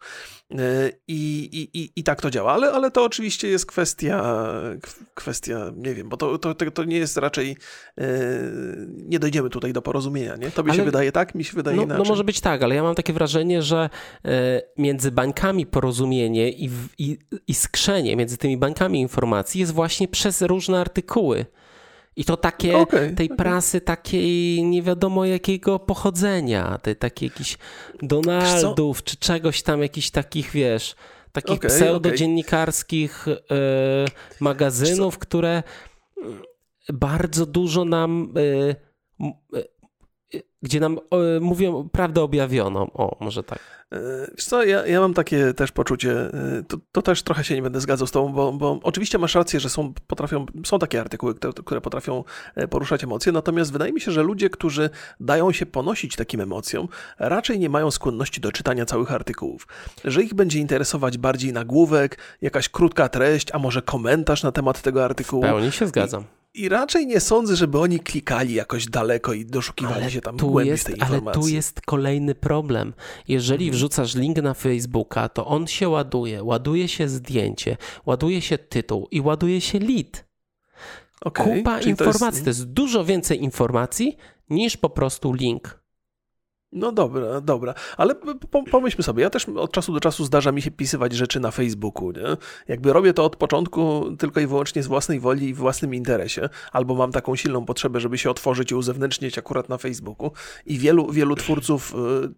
I tak to działa, ale to oczywiście jest kwestia, nie wiem, bo to nie jest raczej, nie dojdziemy tutaj do porozumienia, nie? Tobie się wydaje tak, mi się wydaje inaczej. No może być tak, ale ja mam takie wrażenie, że między bańkami porozumienie i skrzenie między tymi bańkami informacji jest właśnie przez różne artykuły. I to takie prasy takiej nie wiadomo jakiego pochodzenia, takie jakichś Donaldów czy czegoś tam, jakichś takich, wiesz, takich pseudodziennikarskich magazynów, które bardzo dużo nam gdzie nam mówią prawdę objawioną. O, może tak. Wiesz co, ja mam takie też poczucie, to też trochę się nie będę zgadzał z tobą, bo oczywiście masz rację, że są takie artykuły, które potrafią poruszać emocje, natomiast wydaje mi się, że ludzie, którzy dają się ponosić takim emocjom, raczej nie mają skłonności do czytania całych artykułów. Że ich będzie interesować bardziej nagłówek, jakaś krótka treść, a może komentarz na temat tego artykułu. W pełni się zgadzam. I raczej nie sądzę, żeby oni klikali jakoś daleko i doszukiwali się tam głębiej w tej informacji. Ale tu jest kolejny problem. Jeżeli wrzucasz link na Facebooka, to on się ładuje się zdjęcie, ładuje się tytuł i ładuje się lead. Kupa informacji. To jest dużo więcej informacji niż po prostu link. No dobra, ale pomyślmy sobie, ja też od czasu do czasu zdarza mi się pisywać rzeczy na Facebooku, nie? Jakby robię to od początku tylko i wyłącznie z własnej woli i w własnym interesie, albo mam taką silną potrzebę, żeby się otworzyć i uzewnętrznić akurat na Facebooku i wielu twórców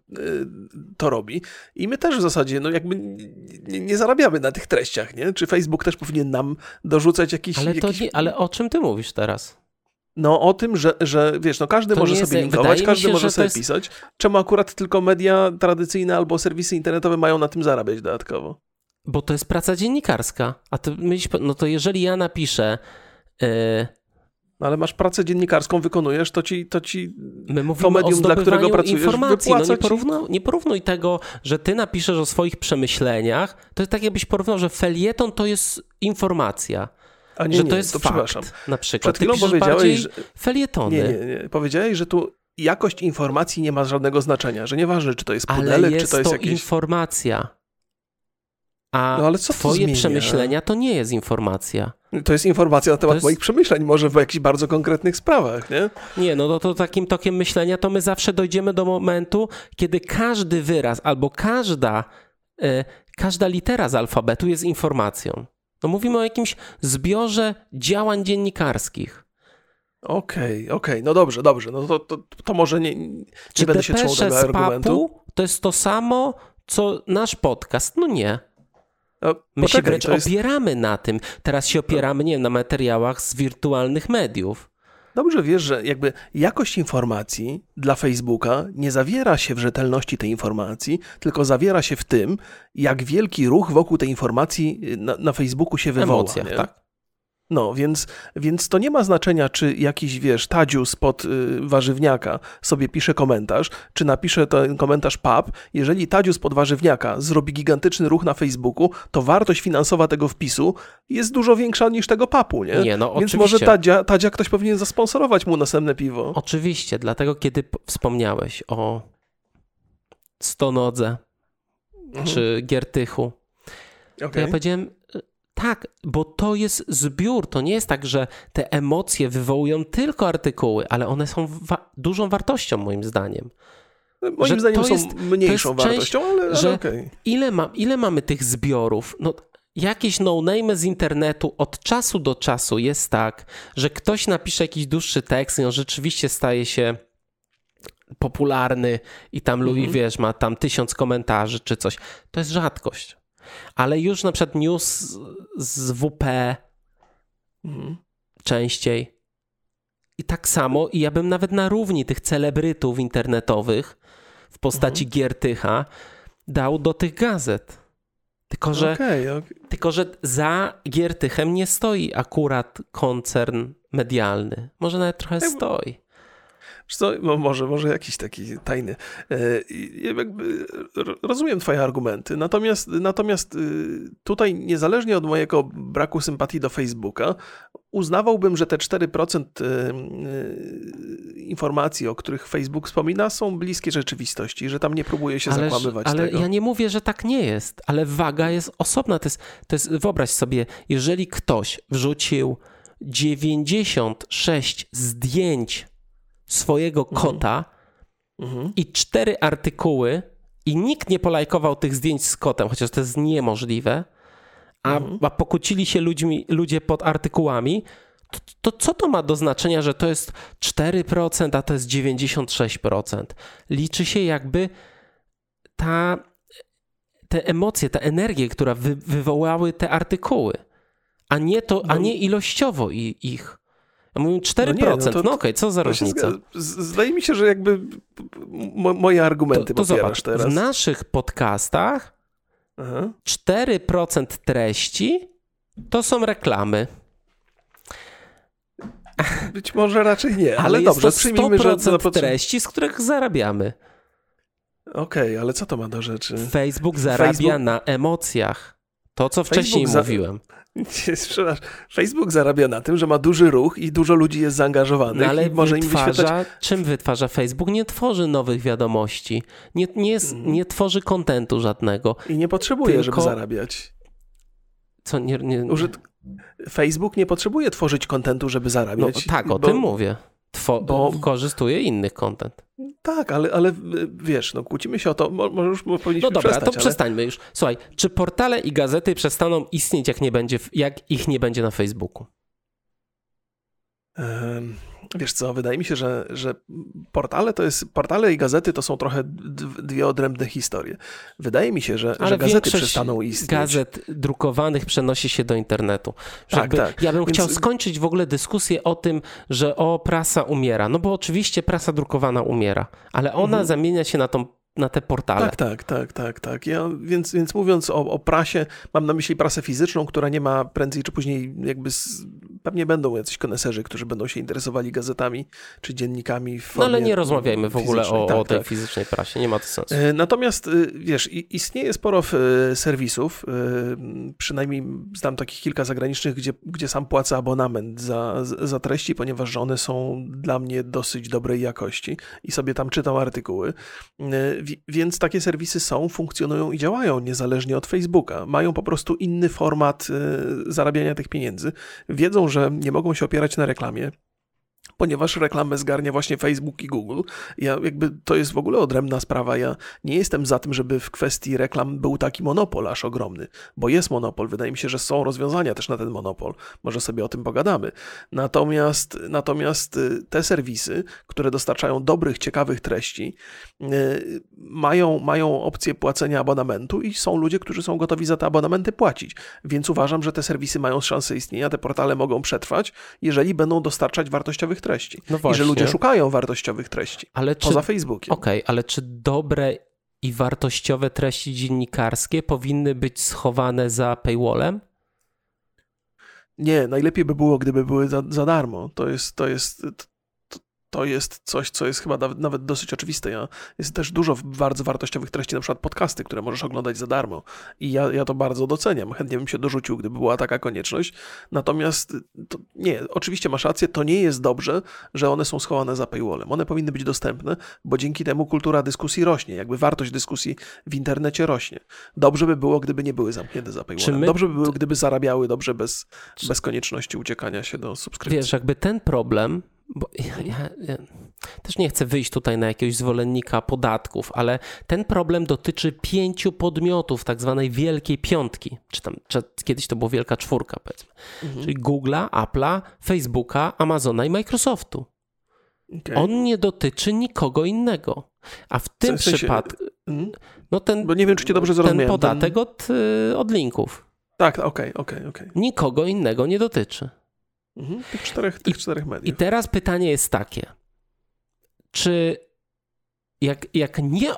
to robi i my też w zasadzie, no jakby nie zarabiamy na tych treściach, nie? Czy Facebook też powinien nam dorzucać jakiś... Ale o czym ty mówisz teraz? No o tym, że wiesz, no każdy może sobie linkować, każdy może sobie pisać. Czemu akurat tylko media tradycyjne albo serwisy internetowe mają na tym zarabiać dodatkowo? Bo to jest praca dziennikarska. A to no to jeżeli ja napiszę... No ale masz pracę dziennikarską, wykonujesz, to ci my mówimy to medium, dla którego pracujesz, informacji. No nie porównuj tego, że ty napiszesz o swoich przemyśleniach. To jest tak, jakbyś porównał, że felieton to jest informacja. A nie, że to jest to fakt, przepraszam. Na przykład. Przed chwilą powiedziałeś, że... felietony. Nie. Powiedziałeś, że tu jakość informacji nie ma żadnego znaczenia, że nieważne, czy to jest pudelek, czy to jest jakieś... informacja. A no, ale co twoje przemyślenia to nie jest informacja. To jest informacja na temat moich przemyśleń, może w jakichś bardzo konkretnych sprawach, nie? Nie, no to takim tokiem myślenia to my zawsze dojdziemy do momentu, kiedy każdy wyraz albo każda litera z alfabetu jest informacją. No mówimy o jakimś zbiorze działań dziennikarskich. Okej. No dobrze. No to może nie będę się trzymał tego argumentu. To jest to samo, co nasz podcast? No nie. My się wręcz opieramy na tym. Teraz się opieramy, nie wiem, na materiałach z wirtualnych mediów. Dobrze wiesz, że jakby jakość informacji dla Facebooka nie zawiera się w rzetelności tej informacji, tylko zawiera się w tym, jak wielki ruch wokół tej informacji na Facebooku się wywoła. Emocjach, nie? tak. No, więc to nie ma znaczenia, czy jakiś, wiesz, Tadziu spod warzywniaka sobie pisze komentarz, czy napisze ten komentarz pub. Jeżeli Tadziu spod warzywniaka zrobi gigantyczny ruch na Facebooku, to wartość finansowa tego wpisu jest dużo większa niż tego pubu, nie? Nie, no więc oczywiście. może Tadzia ktoś powinien zasponsorować mu następne piwo. Oczywiście, dlatego kiedy wspomniałeś o Stonodze czy Giertychu, to ja powiedziałem... Tak, bo to jest zbiór. To nie jest tak, że te emocje wywołują tylko artykuły, ale one są dużą wartością moim zdaniem. Moim zdaniem są mniejszą wartością, ale okej. Ile mamy tych zbiorów? No, jakieś no-name z internetu od czasu do czasu jest tak, że ktoś napisze jakiś dłuższy tekst i on rzeczywiście staje się popularny i tam wiesz, ma tam 1000 komentarzy czy coś. To jest rzadkość. Ale już na przykład news z WP częściej. I tak samo, i ja bym nawet na równi tych celebrytów internetowych w postaci Giertycha dał do tych gazet. Tylko że za Giertychem nie stoi akurat koncern medialny. Może nawet trochę stoi. Co, może jakiś taki tajny. Rozumiem twoje argumenty, natomiast tutaj niezależnie od mojego braku sympatii do Facebooka, uznawałbym, że te 4% informacji, o których Facebook wspomina, są bliskie rzeczywistości, że tam nie próbuje się zakłamywać tego. Ale ja nie mówię, że tak nie jest, ale waga jest osobna. To jest, wyobraź sobie, jeżeli ktoś wrzucił 96 zdjęć swojego kota i 4 artykuły i nikt nie polajkował tych zdjęć z kotem, chociaż to jest niemożliwe, a pokłócili się ludzie pod artykułami, to co to ma do znaczenia, że to jest 4%, a to jest 96%? Liczy się jakby te emocje, ta energia, która wywołały te artykuły, a nie ilościowo ich. A mówią 4%. No okej, co za różnica? Zdaje mi się, że jakby moje argumenty to popierasz zobacz, teraz. W naszych podcastach 4% treści to są reklamy. Być może raczej nie, ale jest dobrze, to przyjmijmy, że... 100% treści, z których zarabiamy. Okej, ale co to ma do rzeczy? Facebook zarabia na emocjach. To, co wcześniej mówiłem. Facebook zarabia na tym, że ma duży ruch i dużo ludzi jest zaangażowanych ale i może im wyświetlać... Czym wytwarza Facebook? Nie tworzy nowych wiadomości. Nie tworzy kontentu żadnego. I nie potrzebuje, żeby zarabiać. Co? Facebook nie potrzebuje tworzyć kontentu, żeby zarabiać. No tak, o tym mówię. Korzystuje innych kontent. Tak, ale wiesz, kłócimy się o to, może już powinniśmy No dobra, przestać, to przestańmy już. Słuchaj, czy portale i gazety przestaną istnieć, jak ich nie będzie na Facebooku? Wiesz co, wydaje mi się, że portale i gazety to są trochę dwie odrębne historie. Wydaje mi się, że gazety przestaną istnieć. Gazet drukowanych przenosi się do internetu. Tak. Ja bym chciał skończyć w ogóle dyskusję o tym, że prasa umiera. No bo oczywiście prasa drukowana umiera, ale ona zamienia się na te portale. Tak. Więc mówiąc o prasie, mam na myśli prasę fizyczną, która nie ma prędzej czy później pewnie będą jacyś koneserzy, którzy będą się interesowali gazetami czy dziennikami w formie ale nie rozmawiajmy w ogóle o tej tak. fizycznej prasie, nie ma to sensu. Natomiast wiesz, istnieje sporo serwisów, przynajmniej znam takich kilka zagranicznych, gdzie sam płacę abonament za treści, ponieważ one są dla mnie dosyć dobrej jakości i sobie tam czytam artykuły. Więc takie serwisy funkcjonują i działają niezależnie od Facebooka. Mają po prostu inny format zarabiania tych pieniędzy. Wiedzą, że nie mogą się opierać na reklamie, ponieważ reklamę zgarnia właśnie Facebook i Google. To jest w ogóle odrębna sprawa. Ja nie jestem za tym, żeby w kwestii reklam był taki monopol aż ogromny, bo jest monopol. Wydaje mi się, że są rozwiązania też na ten monopol. Może sobie o tym pogadamy. Natomiast te serwisy, które dostarczają dobrych, ciekawych treści, mają opcję płacenia abonamentu i są ludzie, którzy są gotowi za te abonamenty płacić. Więc uważam, że te serwisy mają szansę istnienia, te portale mogą przetrwać, jeżeli będą dostarczać wartościowych treści. No właśnie. I że ludzie szukają wartościowych treści poza Facebookiem. Okej, ale czy dobre i wartościowe treści dziennikarskie powinny być schowane za paywallem? Nie, najlepiej by było, gdyby były za darmo. To jest coś, co jest chyba nawet dosyć oczywiste. Jest też dużo bardzo wartościowych treści, na przykład podcasty, które możesz oglądać za darmo. I ja to bardzo doceniam. Chętnie bym się dorzucił, gdyby była taka konieczność. Natomiast nie, oczywiście masz rację, to nie jest dobrze, że one są schowane za paywallem. One powinny być dostępne, bo dzięki temu kultura dyskusji rośnie. Jakby wartość dyskusji w internecie rośnie. Dobrze by było, gdyby nie były zamknięte za paywallem. Dobrze by było, gdyby zarabiały dobrze bez konieczności uciekania się do subskrypcji. Wiesz, jakby ten problem... Bo ja też nie chcę wyjść tutaj na jakiegoś zwolennika podatków, ale ten problem dotyczy 5 podmiotów, tak zwanej Wielkiej Piątki, czy kiedyś to była Wielka Czwórka, powiedzmy, czyli Google'a, Apple'a, Facebooka, Amazona i Microsoftu. Okay. On nie dotyczy nikogo innego. A w tym przypadku... Bo nie wiem, czy cię dobrze zrozumiałem. Ten podatek od linków. Tak, okej. Nikogo innego nie dotyczy. Tych czterech mediów. I teraz pytanie jest takie. Czy jak nie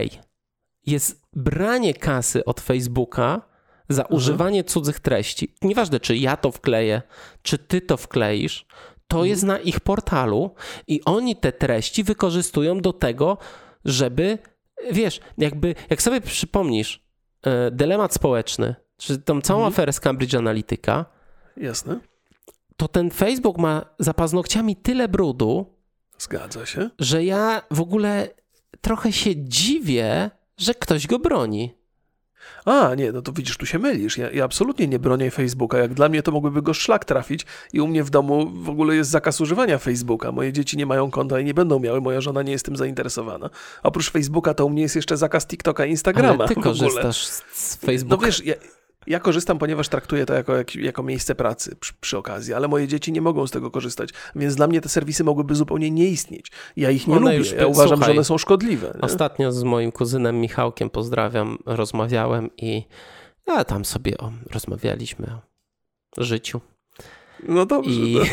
jest branie kasy od Facebooka za używanie cudzych treści, nieważne czy ja to wkleję, czy ty to wkleisz, to jest na ich portalu i oni te treści wykorzystują do tego, żeby, wiesz, jak sobie przypomnisz dylemat społeczny, czy tą całą aferę z Cambridge Analytica, jasne, to ten Facebook ma za paznokciami tyle brudu, zgadza się, że ja w ogóle trochę się dziwię, że ktoś go broni. Nie, no to widzisz, tu się mylisz. Ja absolutnie nie bronię Facebooka. Jak dla mnie to mogłyby go szlak trafić i u mnie w domu w ogóle jest zakaz używania Facebooka. Moje dzieci nie mają konta i nie będą miały. Moja żona nie jest tym zainteresowana. Oprócz Facebooka to u mnie jest jeszcze zakaz TikToka i Instagrama. Ale ty korzystasz z Facebooka. No wiesz, ja korzystam, ponieważ traktuję to jako miejsce pracy przy okazji, ale moje dzieci nie mogą z tego korzystać, więc dla mnie te serwisy mogłyby zupełnie nie istnieć. Ja ich nie lubię, ja uważam, że one są szkodliwe. Nie? Ostatnio z moim kuzynem Michałkiem, pozdrawiam, rozmawiałem i tam sobie rozmawialiśmy o życiu. No dobrze.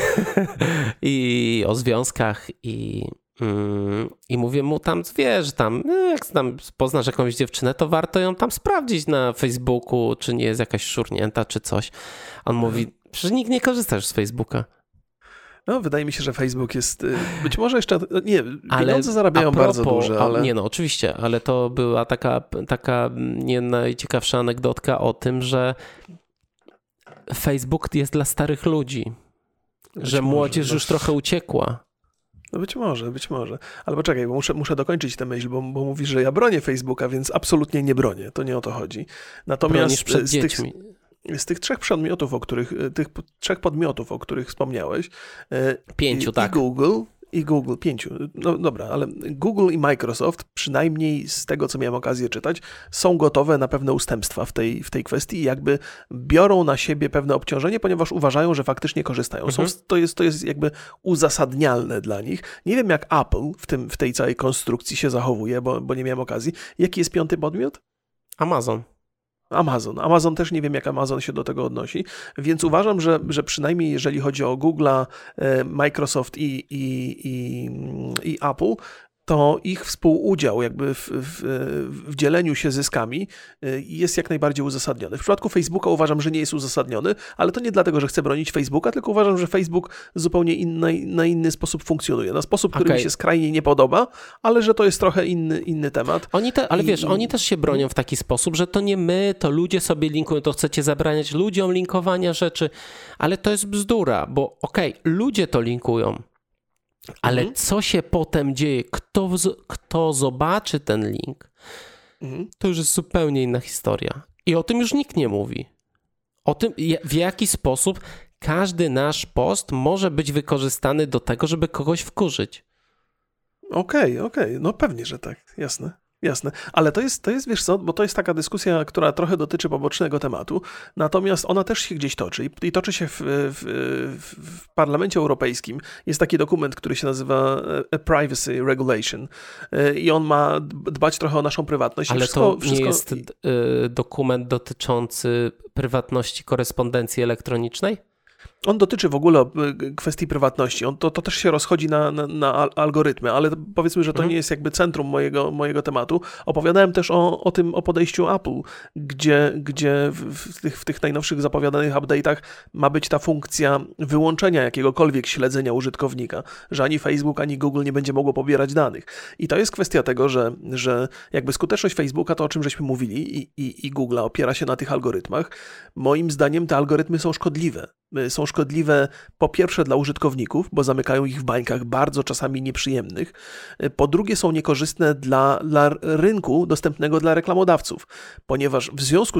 I o związkach i mówię mu tam, wiesz, tam, jak tam poznasz jakąś dziewczynę, to warto ją tam sprawdzić na Facebooku, czy nie jest jakaś szurnięta, czy coś. On mówi, przecież nikt nie korzysta już z Facebooka. No, wydaje mi się, że Facebook jest, być może jeszcze, nie, pieniądze zarabiają bardzo duże, ale... Nie, no oczywiście, ale to była taka nie najciekawsza anegdotka o tym, że Facebook jest dla starych ludzi, że młodzież już trochę uciekła. No być może. Ale poczekaj, bo muszę dokończyć tę myśl, bo mówisz, że ja bronię Facebooka, więc absolutnie nie bronię. To nie o to chodzi. Natomiast przed dziećmi. Z tych trzech podmiotów, o których wspomniałeś. 5, tak. I Google, 5. No dobra, ale Google i Microsoft, przynajmniej z tego, co miałem okazję czytać, są gotowe na pewne ustępstwa w tej kwestii i jakby biorą na siebie pewne obciążenie, ponieważ uważają, że faktycznie korzystają. To jest jakby uzasadnialne dla nich. Nie wiem, jak Apple w tej całej konstrukcji się zachowuje, bo nie miałem okazji. Jaki jest 5. podmiot? Amazon też nie wiem, jak Amazon się do tego odnosi, więc uważam, że przynajmniej jeżeli chodzi o Google'a, Microsoft i Apple, to ich współudział jakby w dzieleniu się zyskami jest jak najbardziej uzasadniony. W przypadku Facebooka uważam, że nie jest uzasadniony, ale to nie dlatego, że chcę bronić Facebooka, tylko uważam, że Facebook zupełnie na inny sposób funkcjonuje. Na sposób, który mi się skrajnie nie podoba, ale że to jest trochę inny temat. Oni też się bronią w taki sposób, że to nie my, to ludzie sobie linkują, to chcecie zabraniać ludziom linkowania rzeczy, ale to jest bzdura, bo ludzie to linkują. Ale co się potem dzieje, kto zobaczy ten link, to już jest zupełnie inna historia. I o tym już nikt nie mówi. O tym, w jaki sposób każdy nasz post może być wykorzystany do tego, żeby kogoś wkurzyć. Okej. No pewnie, że tak. Jasne. Ale to jest, wiesz co, bo to jest taka dyskusja, która trochę dotyczy pobocznego tematu, natomiast ona też się gdzieś toczy i toczy się w Parlamencie Europejskim. Jest taki dokument, który się nazywa Privacy Regulation i on ma dbać trochę o naszą prywatność. Ale to nie jest dokument dotyczący prywatności korespondencji elektronicznej? On dotyczy w ogóle kwestii prywatności. To też się rozchodzi na algorytmy, ale powiedzmy, że to nie jest jakby centrum mojego tematu. Opowiadałem też o podejściu Apple, gdzie w tych najnowszych zapowiadanych update'ach ma być ta funkcja wyłączenia jakiegokolwiek śledzenia użytkownika, że ani Facebook, ani Google nie będzie mogło pobierać danych. I to jest kwestia tego, że jakby skuteczność Facebooka, to o czym żeśmy mówili i Google'a opiera się na tych algorytmach. Moim zdaniem te algorytmy są szkodliwe. Są szkodliwe po pierwsze dla użytkowników, bo zamykają ich w bańkach bardzo czasami nieprzyjemnych. Po drugie są niekorzystne dla rynku dostępnego dla reklamodawców, ponieważ w związku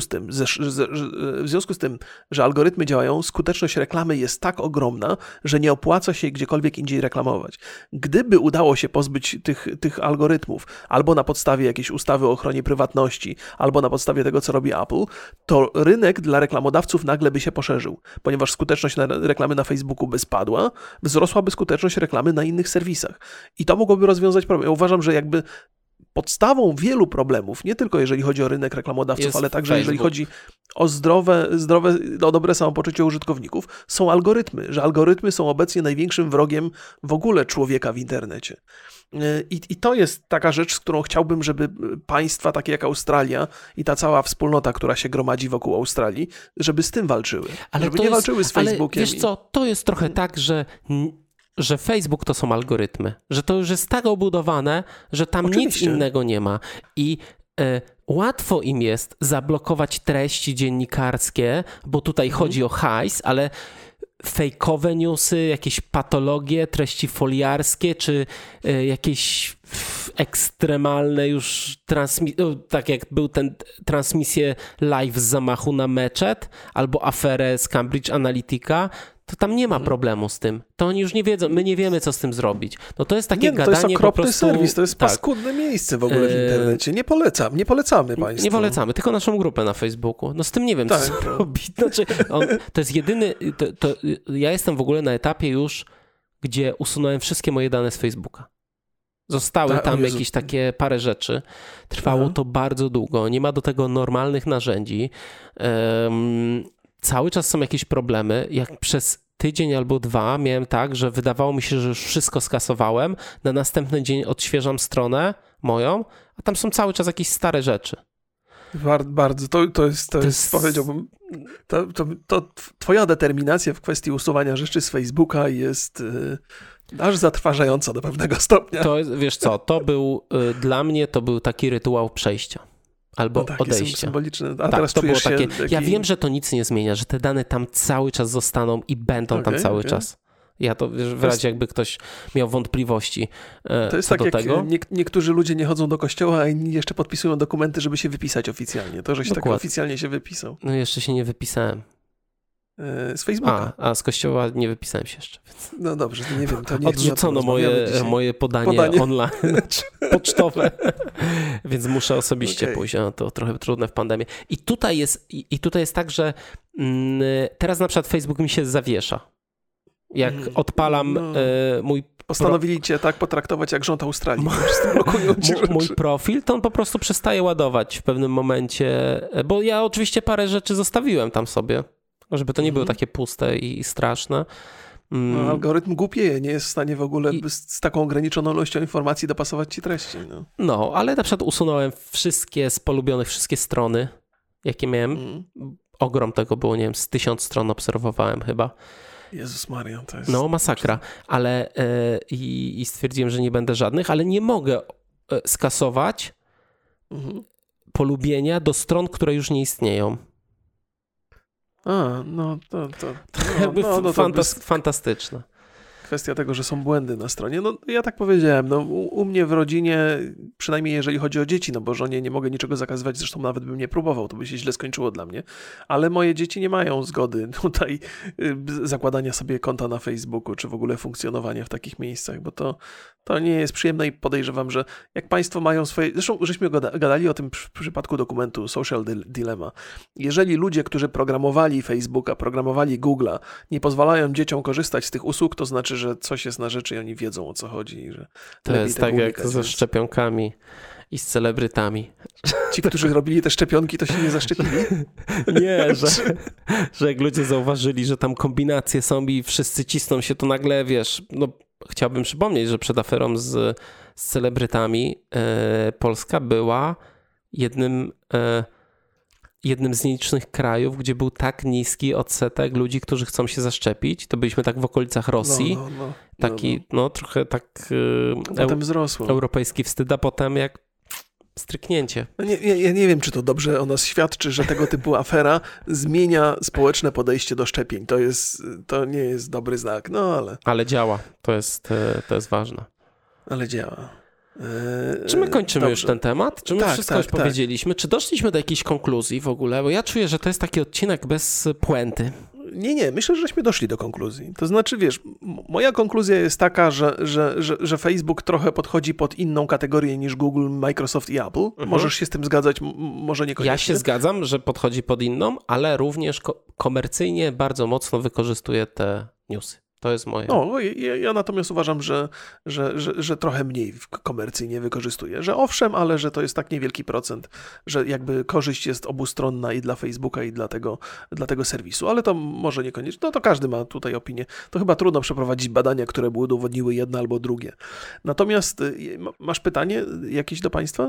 z tym, że algorytmy działają, skuteczność reklamy jest tak ogromna, że nie opłaca się gdziekolwiek indziej reklamować. Gdyby udało się pozbyć tych algorytmów albo na podstawie jakiejś ustawy o ochronie prywatności, albo na podstawie tego, co robi Apple, to rynek dla reklamodawców nagle by się poszerzył, ponieważ skuteczność reklamy na Facebooku by spadła, wzrosłaby skuteczność reklamy na innych serwisach. I to mogłoby rozwiązać problem. Ja uważam, że jakby podstawą wielu problemów, nie tylko jeżeli chodzi o rynek reklamodawców, ale także jeżeli chodzi o dobre samopoczucie użytkowników, są algorytmy, że algorytmy są obecnie największym wrogiem w ogóle człowieka w internecie. I to jest taka rzecz, z którą chciałbym, żeby państwa takie jak Australia i ta cała wspólnota, która się gromadzi wokół Australii, żeby z tym walczyły. Żeby nie walczyły z Facebookiem. Ale wiesz co, to jest trochę tak, że Facebook to są algorytmy, że to już jest tak obudowane, że tam nic innego nie ma. I łatwo im jest zablokować treści dziennikarskie, bo tutaj chodzi o hajs, ale fejkowe newsy, jakieś patologie, treści foliarskie, czy jakieś ekstremalne już tak jak był ten transmisję live z zamachu na meczet, albo aferę z Cambridge Analytica, to tam nie ma problemu z tym. To oni już nie wiedzą, my nie wiemy, co z tym zrobić. No to jest takie gadanie to jest okropny po prostu... serwis, to jest paskudne miejsce w ogóle w internecie. Nie polecamy państwu. Nie polecamy, tylko naszą grupę na Facebooku. No z tym nie wiem, co zrobić. Znaczy, to jest jedyny... Ja jestem w ogóle na etapie już, gdzie usunąłem wszystkie moje dane z Facebooka. Zostały tam jakieś takie parę rzeczy. Trwało to bardzo długo. Nie ma do tego normalnych narzędzi. Cały czas są jakieś problemy. Jak przez tydzień albo 2 miałem tak, że wydawało mi się, że już wszystko skasowałem, na następny dzień odświeżam stronę moją, a tam są cały czas jakieś stare rzeczy. Bardzo, to jest powiedziałbym, to twoja determinacja w kwestii usuwania rzeczy z Facebooka jest aż zatrważająca do pewnego stopnia. To jest, wiesz co, to był, dla mnie to był taki rytuał przejścia. Albo odejścia. Symboliczne. A tak, teraz to czujesz było takie. się Ja wiem, że to nic nie zmienia, że te dane tam cały czas zostaną i będą tam cały czas. Ja to w razie jakby ktoś miał wątpliwości to jest co tak, do jak tego. Niektórzy ludzie nie chodzą do kościoła, a inni jeszcze podpisują dokumenty, żeby się wypisać oficjalnie. To, że się tak oficjalnie się wypisał. No jeszcze się nie wypisałem. Z Facebooka. A z kościoła nie wypisałem się jeszcze. No dobrze, nie wiem. To nie odrzucono moje podanie online, pocztowe, więc muszę osobiście pójść. No, to trochę trudne w pandemii. I tutaj jest tak, że teraz na przykład Facebook mi się zawiesza. Jak odpalam mój... Postanowili cię tak potraktować jak rząd Australii. Mój profil, to on po prostu przestaje ładować w pewnym momencie, bo ja oczywiście parę rzeczy zostawiłem tam sobie, żeby to nie było takie puste i straszne. No, algorytm głupieje, nie jest w stanie w ogóle z taką ograniczoną ilością informacji dopasować ci treści. No, ale na przykład usunąłem wszystkie z polubionych, wszystkie strony, jakie miałem. Ogrom tego było, nie wiem, z 1000 stron obserwowałem chyba. Jezus Maria, to jest... No, masakra, ale i stwierdziłem, że nie będę żadnych, ale nie mogę skasować polubienia do stron, które już nie istnieją. Fantastyczne. Kwestia tego, że są błędy na stronie. No ja tak powiedziałem, u mnie w rodzinie, przynajmniej jeżeli chodzi o dzieci, no bo żonie nie mogę niczego zakazywać, zresztą nawet bym nie próbował, to by się źle skończyło dla mnie, ale moje dzieci nie mają zgody tutaj zakładania sobie konta na Facebooku, czy w ogóle funkcjonowania w takich miejscach, bo to nie jest przyjemne i podejrzewam, że jak państwo mają swoje, zresztą żeśmy gadali o tym w przypadku dokumentu Social Dilemma. Jeżeli ludzie, którzy programowali Facebooka, programowali Google'a, nie pozwalają dzieciom korzystać z tych usług, to znaczy, że coś jest na rzeczy i oni wiedzą, o co chodzi. I że to jest tak jak ze szczepionkami i z celebrytami. Ci, którzy robili te szczepionki, to się nie zaszczepili? Nie, że jak ludzie zauważyli, że tam kombinacje są i wszyscy cisną się, to nagle, wiesz, no chciałbym przypomnieć, że przed aferą z celebrytami Polska była jednym z nielicznych krajów, gdzie był tak niski odsetek ludzi, którzy chcą się zaszczepić. To byliśmy tak w okolicach Rosji. Trochę tak potem wzrosło. Europejski wstyd, a potem jak stryknięcie. No ja nie wiem, czy to dobrze o nas świadczy, że tego typu afera zmienia społeczne podejście do szczepień. To nie jest dobry znak, Ale działa. To jest ważne. Ale działa. Czy my kończymy już ten temat? Czy my wszystko już powiedzieliśmy? Czy doszliśmy do jakiejś konkluzji w ogóle? Bo ja czuję, że to jest taki odcinek bez puenty. Nie, myślę, że żeśmy doszli do konkluzji. To znaczy, wiesz, moja konkluzja jest taka, że Facebook trochę podchodzi pod inną kategorię niż Google, Microsoft i Apple. Możesz się z tym zgadzać, może niekoniecznie. Ja się zgadzam, że podchodzi pod inną, ale również komercyjnie bardzo mocno wykorzystuje te newsy. To jest moje. Ja natomiast uważam, że trochę mniej komercyjnie wykorzystuje. Że owszem, ale że to jest tak niewielki procent, że jakby korzyść jest obustronna i dla Facebooka, i dla tego serwisu. Ale to może niekoniecznie. No to każdy ma tutaj opinię. To chyba trudno przeprowadzić badania, które by udowodniły jedno albo drugie. Natomiast masz pytanie jakieś do państwa?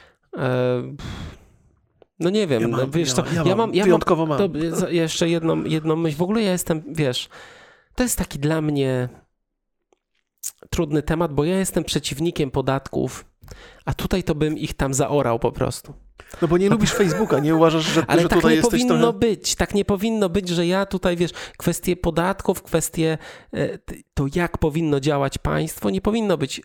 No nie wiem. Wyjątkowo mam. Jeszcze jedną myśl. W ogóle ja jestem, wiesz... To jest taki dla mnie trudny temat, bo ja jestem przeciwnikiem podatków, a tutaj to bym ich tam zaorał po prostu. No bo nie lubisz Facebooka, nie uważasz, że ale że tak tutaj nie jesteś powinno trochę... być, tak nie powinno być, że ja tutaj, wiesz, kwestie podatków, kwestie to jak powinno działać państwo, nie powinno być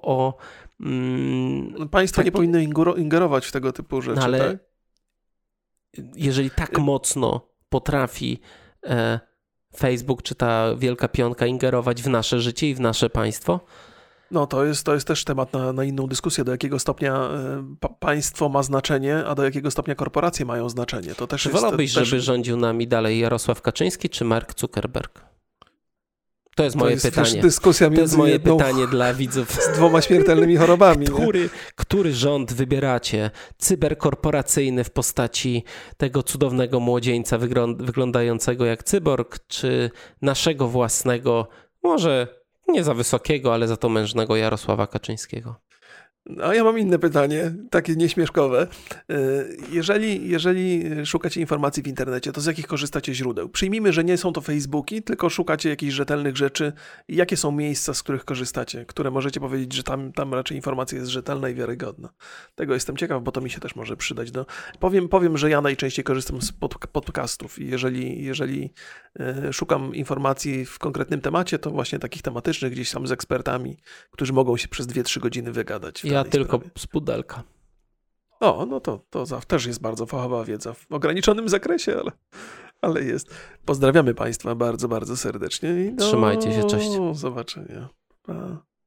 Państwo nie powinno ingerować w tego typu rzeczy, ale tak? Jeżeli tak mocno potrafi... Facebook czy ta wielka pionka ingerować w nasze życie i w nasze państwo? No to jest też temat na inną dyskusję, do jakiego stopnia państwo ma znaczenie, a do jakiego stopnia korporacje mają znaczenie. To też czy wolałbyś, żeby rządził nami dalej Jarosław Kaczyński czy Mark Zuckerberg? To jest moje pytanie. Dyskusja to jest moje pytanie dla widzów. Z 2 śmiertelnymi chorobami. Który rząd wybieracie? Cyberkorporacyjny w postaci tego cudownego młodzieńca wyglądającego jak cyborg, czy naszego własnego, może nie za wysokiego, ale za to mężnego Jarosława Kaczyńskiego? A ja mam inne pytanie, takie nieśmieszkowe. Jeżeli szukacie informacji w internecie, to z jakich korzystacie źródeł? Przyjmijmy, że nie są to Facebooki, tylko szukacie jakichś rzetelnych rzeczy. Jakie są miejsca, z których korzystacie, które możecie powiedzieć, że tam raczej informacja jest rzetelna i wiarygodna? Tego jestem ciekaw, bo to mi się też może przydać. Powiem, że ja najczęściej korzystam z podcastów i jeżeli szukam informacji w konkretnym temacie, to właśnie takich tematycznych, gdzieś tam z ekspertami, którzy mogą się przez 2-3 godziny wygadać. Ja tylko z pudelka. O, no to też jest bardzo fachowa wiedza w ograniczonym zakresie, ale jest. Pozdrawiamy Państwa bardzo, bardzo serdecznie. Trzymajcie się, cześć. Do zobaczenia. Pa.